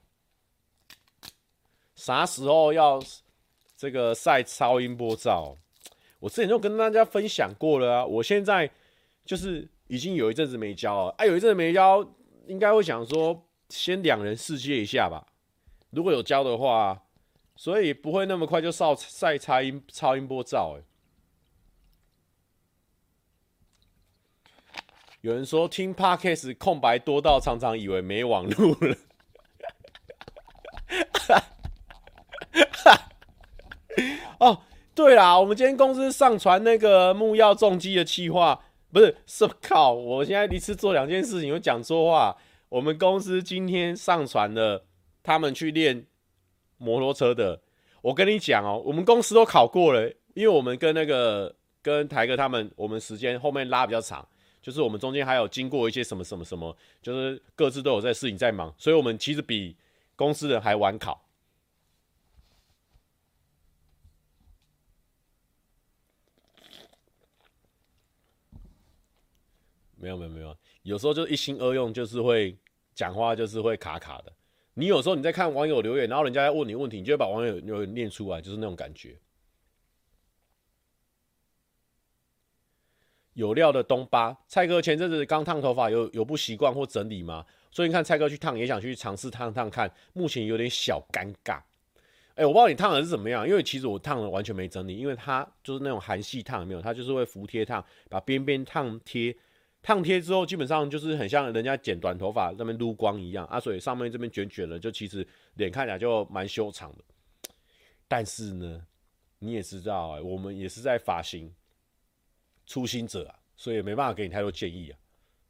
啥时候要这个晒超音波照？我之前就跟大家分享过了啊。我现在就是已经有一阵子没教了，啊，有一阵子没教，应该会想说先两人世界一下吧。如果有教的话，所以不会那么快就晒晒超音超音波照。哎，有人说听 Podcast 空白多到常常以为没网路了。哦，对啦，我们今天公司上传那个木曜重机的企划，不是，是靠！我现在一次做两件事情，我讲错话。我们公司今天上传了他们去练摩托车的。我跟你讲哦，我们公司都考过了，因为我们跟那个跟台哥他们，我们时间后面拉比较长，就是我们中间还有经过一些什么什么什么，就是各自都有在事情在忙，所以我们其实比公司人还晚考。没有没有没有，有时候就一心二用，就是会讲话就是会卡卡的。你有时候你在看网友留言，然后人家在问你问题，你就会把网友留言念出来，就是那种感觉。有料的东巴，蔡哥前阵子刚烫头发，有有不习惯或整理吗？所以你看蔡哥去烫，也想去尝试烫烫看，目前有点小尴尬。 哎、欸，我不知道你烫的是怎么样，因为其实我烫的完全没整理，因为它就是那种韩系烫，有没有？它就是会服帖烫，把边边烫贴，烫贴之后基本上就是很像人家剪短头发那边撸光一样啊，所以上面这边卷卷的，就其实脸看起来就蛮修长的。但是呢，你也知道、欸，我们也是在发型初心者啊，所以没办法给你太多建议啊。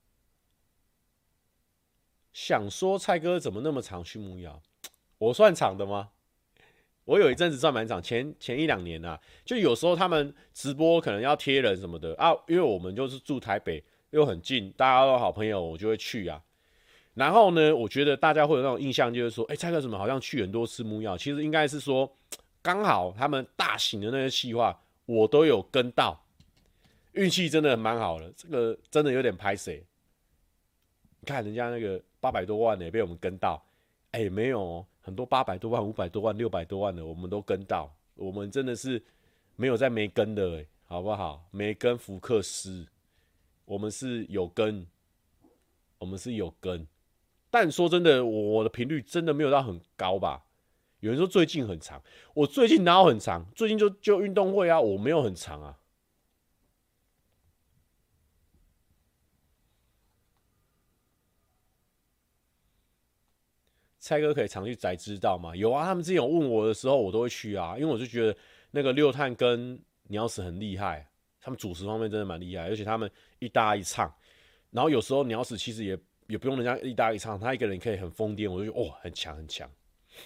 想说蔡哥怎么那么常去木曜？我算长的吗？我有一阵子算蛮长，前前一两年啊，就有时候他们直播可能要贴人什么的啊，因为我们就是住台北，又很近，大家都好朋友，我就会去啊。然后呢，我觉得大家会有那种印象，就是说，哎、欸，蔡哥怎么好像去很多次木曜？其实应该是说，刚好他们大型的那些企划，我都有跟到，运气真的蛮好的。这个真的有点拍谁？你看人家那个八百多万的、欸、被我们跟到，哎、欸，没有、哦。很多八百多万、五百多万、六百多万的，我们都跟到，我们真的是没有在没跟的、欸，好不好？没跟福克斯，我们是有跟，我们是有跟。但说真的，我的频率真的没有到很高吧？有人说最近很长，我最近哪有很长？最近就就运动会啊，我没有很长啊。蔡哥可以常去宅知道吗？有啊，他们之前有问我的时候，我都会去啊，因为我就觉得那个六探跟鸟屎很厉害，他们主持方面真的蛮厉害，而且他们一搭一唱，然后有时候鸟屎其实也也不用人家一搭一唱，他一个人可以很疯癫，我就觉得哦，很强很强。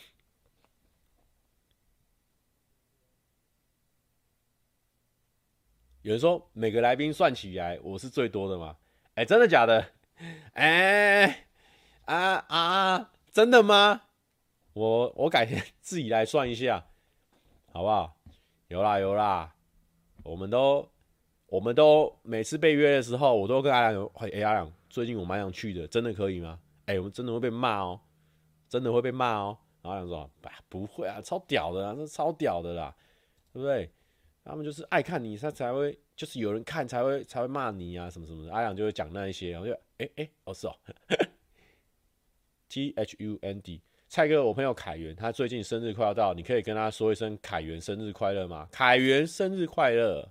有人说每个来宾算起来我是最多的吗？哎、欸，真的假的？哎、欸、啊啊！真的吗？我我改天自己来算一下，好不好？有啦有啦，我们都我们都每次被约的时候，我都跟阿良说：“哎、欸，阿良，最近我蛮想去的，真的可以吗？”哎、欸，我们真的会被骂哦，真的会被骂哦。然后阿良说：“不会啊，超屌的啊，这超屌的啦，对不对？他们就是爱看你，他才会就是有人看才会才会骂你啊，什么什么的。”阿良就会讲那一些，我就哎哎、欸欸，哦是哦。T H U N D， 蔡哥，我朋友凯源，他最近生日快要到，你可以跟他说一声凯源生日快乐吗？凯源生日快乐！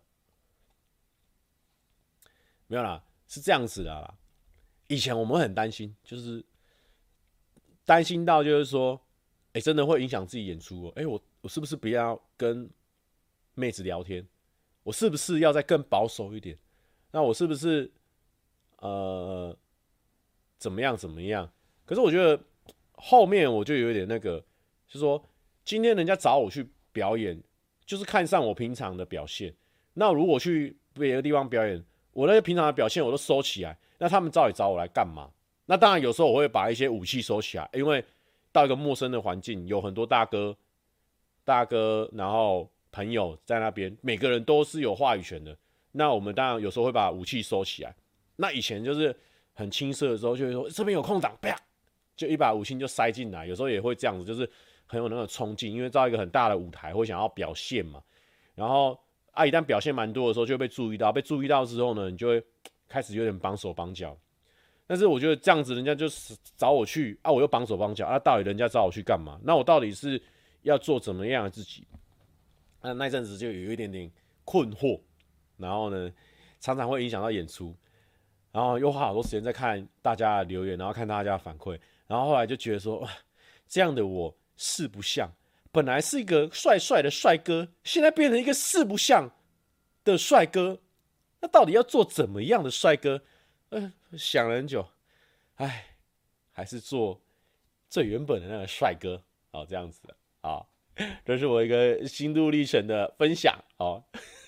没有啦，是这样子的啦。以前我们很担心，就是担心到就是说，哎、欸，真的会影响自己演出哦。哎、欸，我我是不是不要跟妹子聊天？我是不是要再更保守一点？那我是不是呃怎么样怎么样？可是我觉得后面我就有点那个，就是说今天人家找我去表演，就是看上我平常的表现。那如果去别的地方表演，我那些平常的表现我都收起来，那他们到底找我来干嘛？那当然有时候我会把一些武器收起来，因为到一个陌生的环境，有很多大哥、大哥，然后朋友在那边，每个人都是有话语权的。那我们当然有时候会把武器收起来。那以前就是很青涩的时候，就会说这边有空档，啪，就一把武器就塞进来。有时候也会这样子，就是很有那个冲劲，因为到一个很大的舞台会想要表现嘛。然后啊，一旦表现蛮多的时候，就会被注意到。被注意到之后呢，你就会开始有点绑手绑脚。但是我觉得这样子，人家就找我去啊，我又绑手绑脚啊，到底人家找我去干嘛？那我到底是要做怎么样的自己？那那阵子就有一点点困惑，然后呢，常常会影响到演出，然后又花好多时间在看大家的留言，然后看大家的反馈，然后后来就觉得说，这样的我四不像，本来是一个帅帅的帅哥，现在变成一个四不像的帅哥，那到底要做怎么样的帅哥？呃，想了很久，哎，还是做最原本的那个帅哥，好这样子的啊。这是我一个心路历程的分享哦。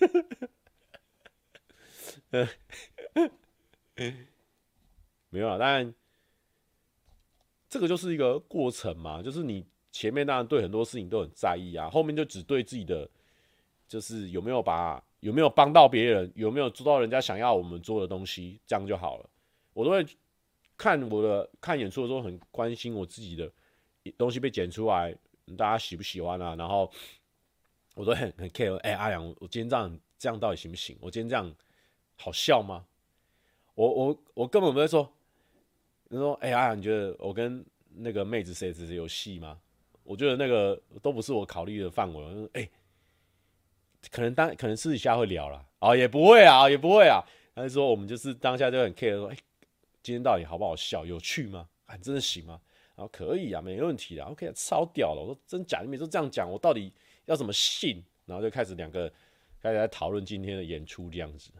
没有啦，当然这个就是一个过程嘛，就是你前面当然对很多事情都很在意啊，后面就只对自己的，就是有没有把有没有帮到别人，有没有做到人家想要我们做的东西，这样就好了。我都会看我的看演出的时候，很关心我自己的东西被剪出来，大家喜不喜欢啊？然后我都很很 care， 哎、欸，阿良，我今天这样这样到底行不行？我今天这样好笑吗？我我我根本不会说，你说，哎、欸，阿良，你觉得我跟那个妹子谁谁谁有戏吗？ 我觉得那个都不是我考虑的范围。哎、欸，可能当可能私底下会聊啦，哦，也不会啊，也不会啊。但是说我们就是当下就很 care 说，哎、欸，今天到底好不好笑，有趣吗？啊，真的行吗？然后可以啊，没问题的 ，OK， 超屌了。我说真假，你每次这样讲，我到底要怎么信？然后就开始两个开始在讨论今天的演出这样子。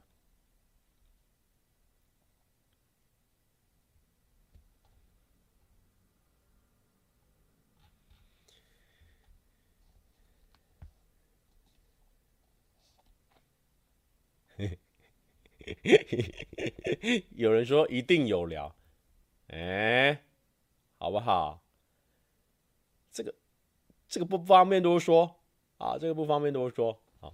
有人说一定有聊，哎、欸，好不好？这个这个不方便多说啊，这个不方便多说。好，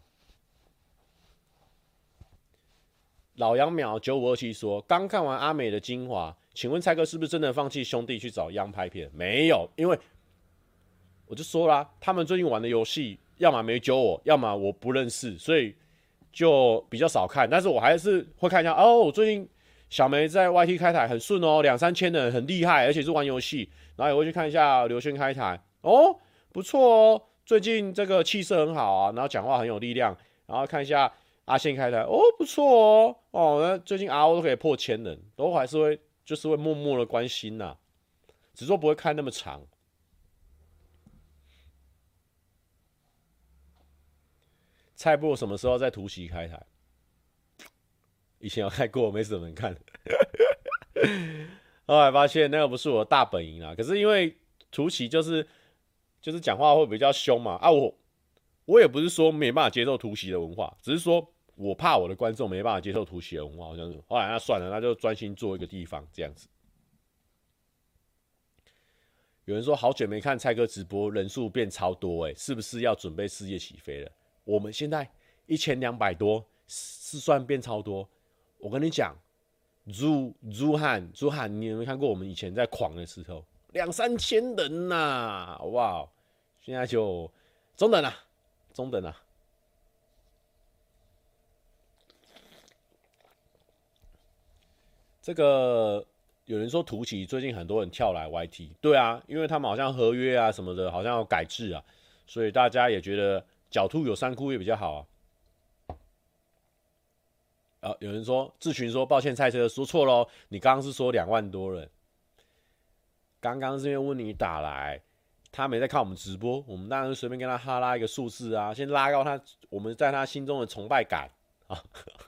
老杨淼九五二七说，刚看完阿美的精华，请问蔡哥是不是真的放弃兄弟去找央拍片？没有，因为我就说啦，他们最近玩的游戏，要么没揪我，要么我不认识，所以就比较少看。但是我还是会看一下哦。我最近小梅在 Y T 开台很顺哦，两三千的很厉害，而且是玩游戏。然后也会去看一下刘轩开台哦，不错哦，最近这个气色很好啊，然后讲话很有力量。然后看一下阿宪开台哦，不错哦，哦，那最近 R O 都可以破千人，都还是会就是会默默的关心呐、啊，只是说不会看那么长。蔡部什么时候在突袭开台？以前有开过，没什么人看。后来发现那个不是我的大本营啦，可是因为突袭就是就是讲话会比较凶嘛啊，我我也不是说没办法接受突袭的文化，只是说我怕我的观众没办法接受突袭的文化，好像是。后来那算了，那就专心做一个地方这样子。有人说好久没看蔡哥直播，人数变超多、欸，哎，是不是要准备事业起飞了？我们现在一千两百多，是算变超多。我跟你讲，朱朱汉朱汉，你有没有看过我们以前在狂的时候，两三千人呐、啊，好不好？现在就中等啦，中等啦。这个有人说图奇最近很多人跳来 Y T， 对啊，因为他们好像合约啊什么的，好像要改制啊，所以大家也觉得狡兔有三窟也比较好啊。啊，有人说志群说抱歉，蔡车说错喽，你刚刚是说两万多人，刚刚是因为温妮打来，他没在看我们直播，我们当然随便跟他哈拉一个数字啊，先拉高他我们在他心中的崇拜感啊，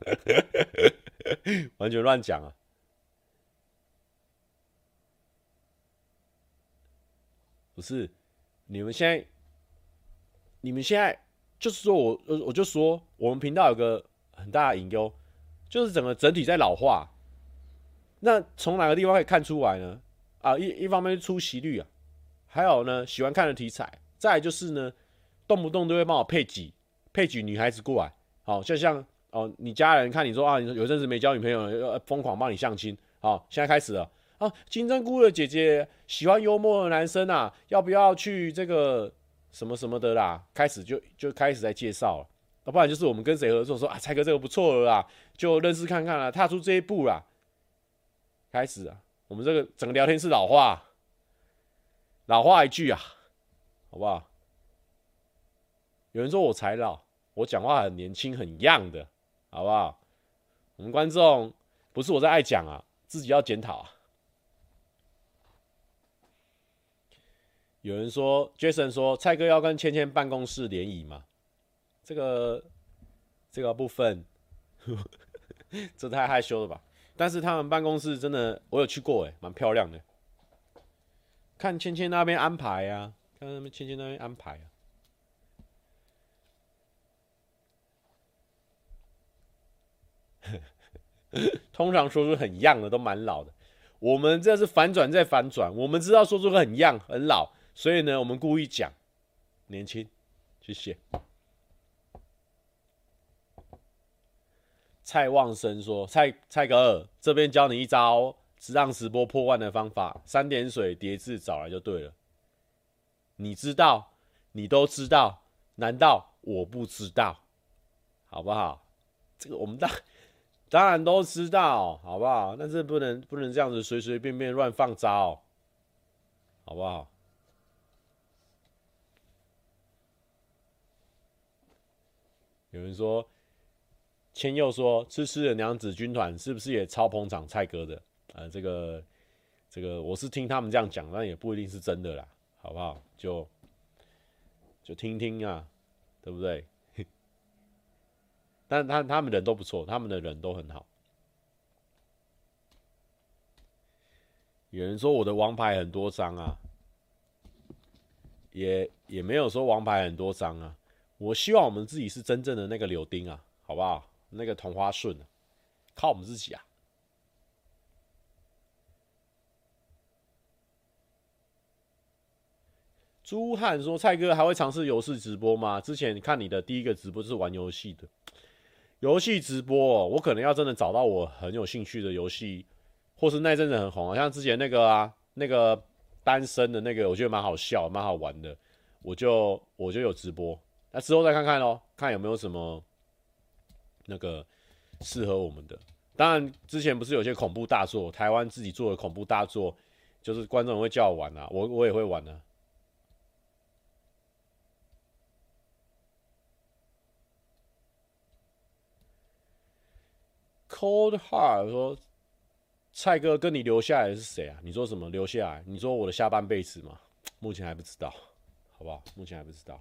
完全乱讲啊。不是，你们现在，你们现在就是说我，我就说我们频道有个很大的隐忧，就是整个整体在老化。那从哪个地方可以看出来呢？啊，一一方面是出席率啊，还有呢喜欢看的题材，再来就是呢，动不动都会帮我配几配几女孩子过来，好，就像哦，你家人看你说啊，你有阵子没交女朋友，疯狂帮你相亲，好，现在开始了。啊，金针菇的姐姐喜欢幽默的男生啊，要不要去这个什么什么的啦？开始就就开始在介绍了，要、啊、不然就是我们跟谁合作说啊，蔡哥这个不错了啦，就认识看看啦，踏出这一步啦。开始啊，我们这个整个聊天室老化，老话一句啊，好不好？有人说我才老，我讲话很年轻很样的，好不好？我们观众不是我在爱讲啊，自己要检讨啊。有人说 ，Jason 说，蔡哥要跟芊芊办公室联谊嘛？这个这个部分，这太害羞了吧？但是他们办公室真的，我有去过，哎，蛮漂亮的。看芊芊那边安排啊，看他们芊芊那边安排啊。通常说出很样的都蛮老的，我们这是反转再反转，我们知道说出很样很老。所以呢，我们故意讲年轻，谢谢。蔡旺生说：“蔡蔡哥，这边教你一招让直播破万的方法，三点水叠字找来就对了。你知道，你都知道，难道我不知道？好不好？这个我们当当然都知道，好不好？但是不能不能这样子随随便便乱放招，好不好？” 有人说，千佑说，痴痴的娘子军团是不是也超捧场蔡哥的？呃，这个这个我是听他们这样讲，但也不一定是真的啦，好不好？就就听听啊，对不对？但他他们人都不错，他们的人都很好。有人说我的王牌很多张啊，也也没有说王牌很多张啊。我希望我们自己是真正的那个柳丁啊，好不好？那个同花顺啊，靠我们自己啊。朱汉说：“蔡哥还会尝试游戏直播吗？之前看你的第一个直播就是玩游戏的，游戏直播、哦，我可能要真的找到我很有兴趣的游戏，或是那阵子很红，像之前那个啊，那个单身的那个，我觉得蛮好笑、蛮好玩的，我就我就有直播。那之后再看看咯，看有没有什么那个适合我们的。当然，之前不是有些恐怖大作，台湾自己做的恐怖大作，就是观众会叫我玩啊，我我也会玩啊。” Cold Heart 说：“蔡哥跟你留下来的是谁啊？你说什么留下来？你说我的下半辈子吗？目前还不知道，好不好？目前还不知道。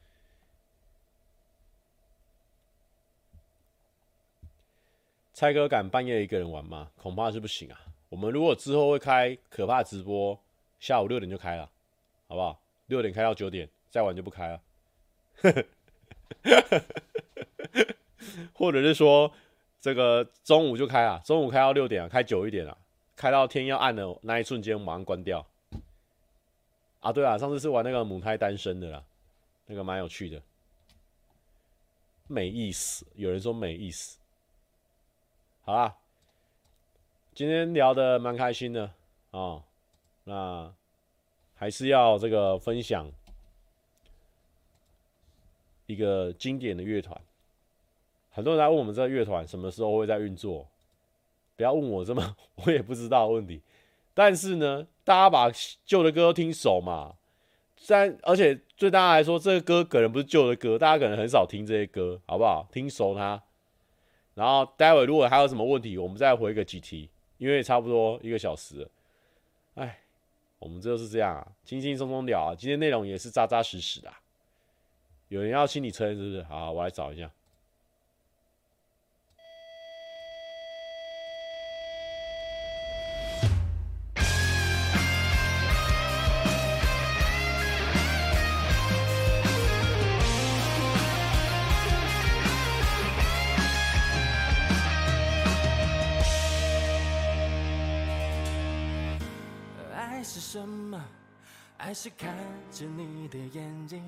蔡哥敢半夜一个人玩吗？恐怕是不行啊。我们如果之后会开可怕直播，下午六点就开了，好不好？六点开到九点，再晚就不开了。或者是说。”这个中午就开啊，中午开到六点啊，开久一点啊，开到天要暗的那一瞬间，马上关掉。啊，对啊，上次是玩那个母胎单身的啦，那个蛮有趣的，没意思。有人说没意思。好啦，今天聊得蛮开心的哦，那还是要这个分享一个经典的乐团。很多人在问我们这个乐团什么时候会在运作，不要问我这么我也不知道的问题。但是呢，大家把旧的歌都听熟嘛，但而且对大家来说，这个歌可能不是旧的歌，大家可能很少听这些歌，好不好？听熟它。然后待会如果还有什么问题，我们再回个几题，因为差不多一个小时了。哎，我们就是这样啊，轻轻松松聊啊。今天内容也是扎扎实实的、啊。有人要心理测验是不是？好, 好，我来找一下。 是什么？爱是看着你的眼睛，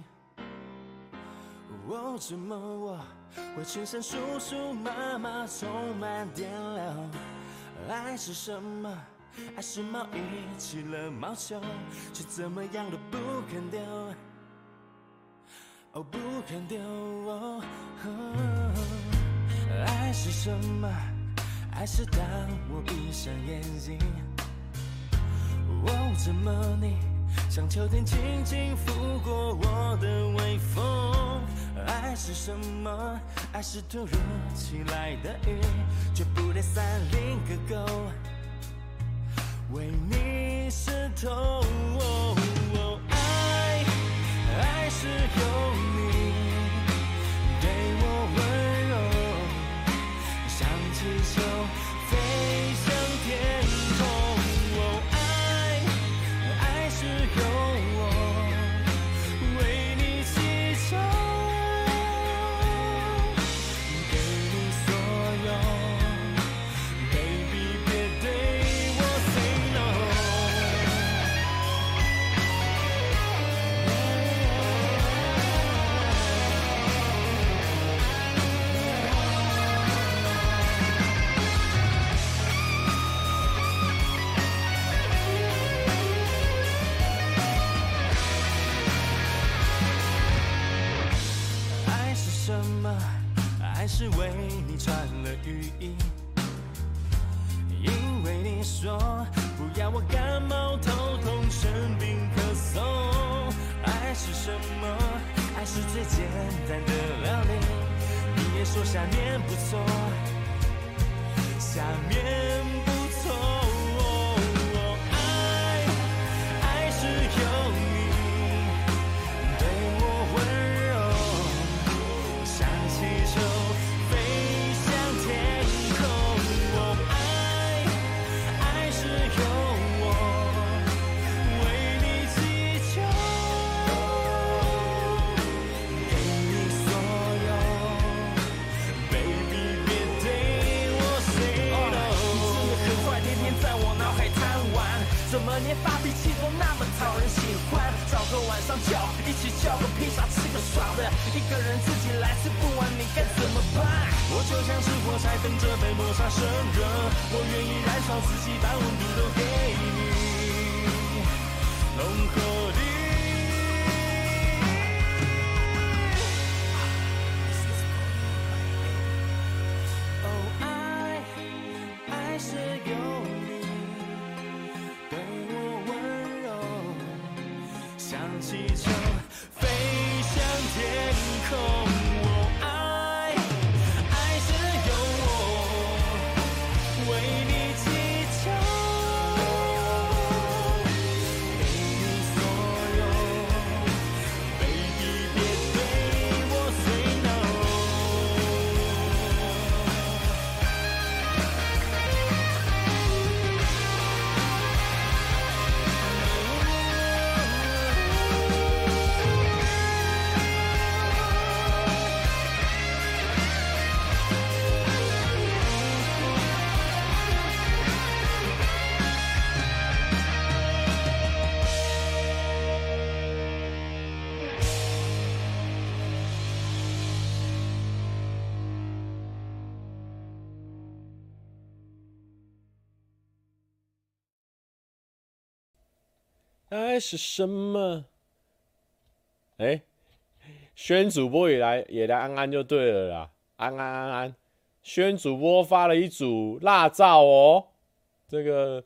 哦，怎么我会全身酥酥麻麻，充满电流？爱是什么？爱是毛衣起了毛球，却怎么样都不肯丢，哦，不肯丢。哦哦、爱是什么？爱是当我闭上眼睛。哦，怎么你像秋天轻轻拂过我的微风？爱是什么？爱是突如其来的雨，却不带伞淋个够，为你湿透。哦哦、爱，爱是有你给我温柔，像气球飞向天空。爱是为你穿了雨衣，因为你说不要我感冒头痛生病咳嗽。爱是什么？爱是最简单的料理， 别说下面不错，下面不错。哦、爱爱是有你对我温柔，像气球飞向天空。哦、爱爱是有我为你祈求，给你所有 ，baby 别对我 say no。你真的很坏，天天在我脑海贪玩，怎么连发脾气都那么讨人喜欢？找个晚上叫，一起叫个披萨，吃个爽的，一个人自己来吃不完，你该怎么办？我就像是火柴，等着被抹杀生热，我愿意燃烧自己，把温度都给你，浓厚的。哦，爱，爱是有你对我温柔，像气球飞向天空。哦，爱，爱是有我为你祈求，给你所有 ，baby 别对我 say no。 爱是什么？哎、欸，轩主播也来也来安安就对了啦，安安安安，轩主播发了一组辣照哦，这个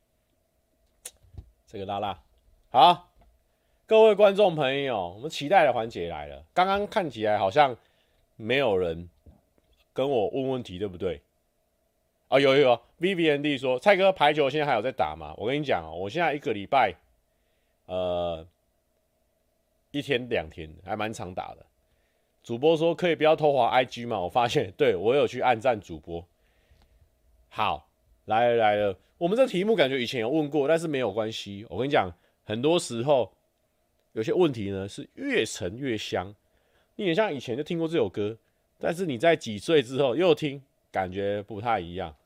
这个辣辣，好，各位观众朋友，我们期待的环节来了。刚刚看起来好像没有人跟我问问题，对不对？哦，有有有 ，Vivian D 说，蔡哥排球现在还有在打吗？我跟你讲哦，我现在一个礼拜。呃，一天两天还蛮常打的。主播说可以不要偷滑 I G 吗？我发现，对我有去按赞主播。好，来了来了，我们这题目感觉以前有问过，但是没有关系。我跟你讲，很多时候有些问题呢是越沉越香。你很像以前就听过这首歌，但是你在几岁之后又听，感觉不太一样。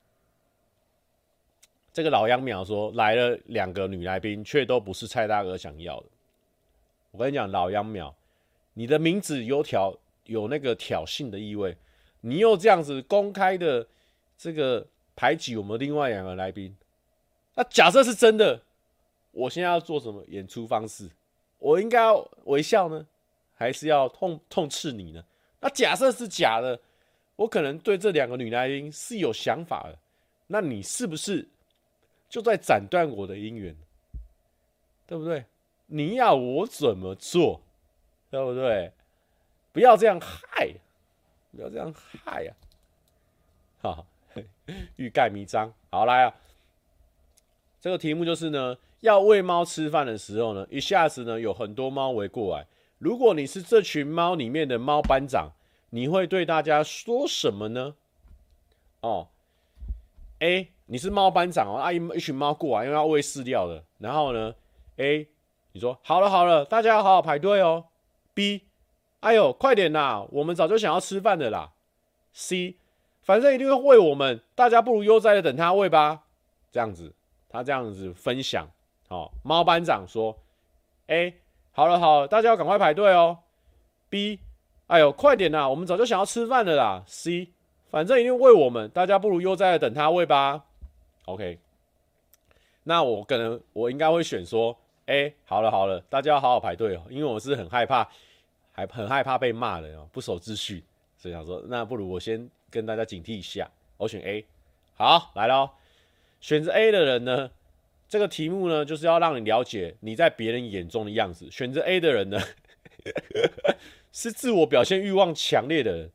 这个老杨淼说来了两个女来宾，却都不是蔡大哥想要的。我跟你讲，老杨淼，你的名字有挑有那个挑衅的意味，你又这样子公开的这个排挤我们另外两个来宾，那假设是真的，我现在要做什么演出方式？我应该要微笑呢，还是要痛痛斥你呢？那假设是假的，我可能对这两个女来宾是有想法的，那你是不是？就在斩断我的姻缘，对不对？你要我怎么做，对不对？不要这样害，不要这样害啊！好，欲盖弥彰。好，来啊！这个题目就是呢，要喂猫吃饭的时候呢，一下子呢有很多猫围过来。如果你是这群猫里面的猫班长，你会对大家说什么呢？哦 ，A。你是猫班长哦，啊，一群猫过来，因为要喂饲料的。然后呢 ，A， 你说好了好了，大家要好好排队哦。B， 哎呦，快点啦，我们早就想要吃饭的啦。C， 反正一定会喂我们，大家不如悠哉的等他喂吧。这样子，他这样子分享，哦，猫班长说 ，A， 好了好了，大家要赶快排队哦。B， 哎呦，快点啦，我们早就想要吃饭的啦。C， 反正一定喂我们，大家不如悠哉的等他喂吧。OK， 那我可能我应该会选说，哎、欸，好了好了，大家要好好排队哦，因为我是很害怕，还很害怕被骂的哦，不守秩序，所以想说，那不如我先跟大家警惕一下，我选 A。好，来咯，选择 A 的人呢，这个题目呢就是要让你了解你在别人眼中的样子。选择 A 的人呢，是自我表现欲望强烈的人，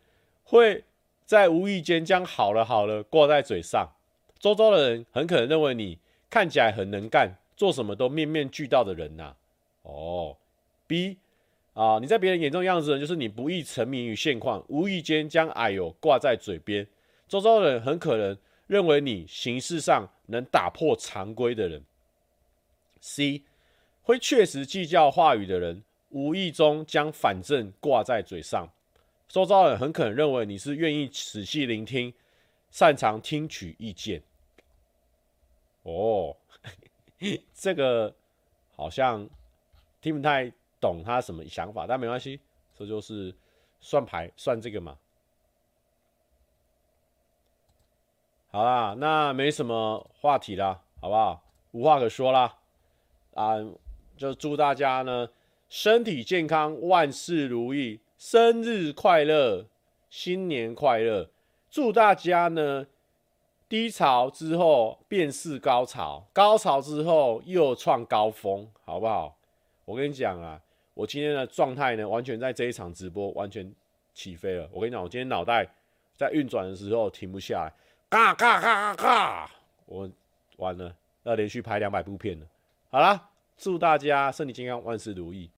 会在无意间将好了好了挂在嘴上，周遭的人很可能认为你看起来很能干，做什么都面面俱到的人呐、啊。哦 ，B 啊，你在别人眼中的样子呢，就是你不易沉迷于现况，无意间将哎呦挂在嘴边，周遭的人很可能认为你行事上能打破常规的人。C 会确实计较话语的人，无意中将反正挂在嘴上，周遭人很可能认为你是愿意仔细聆听，擅长听取意见。哦，这个好像听不太懂他什么想法，但没关系，这就是算牌算这个嘛。好啦，那没什么话题啦，好不好？无话可说啦，啊，就祝大家呢身体健康，万事如意，生日快乐，新年快乐！祝大家呢低潮之后便是高潮，高潮之后又创高峰，好不好？我跟你讲啊，我今天的状态呢，完全在这一场直播完全起飞了。我跟你讲，我今天脑袋在运转的时候停不下来，嘎嘎嘎嘎嘎，我完了，要连续拍两百部片了。好啦，祝大家身体健康，万事如意。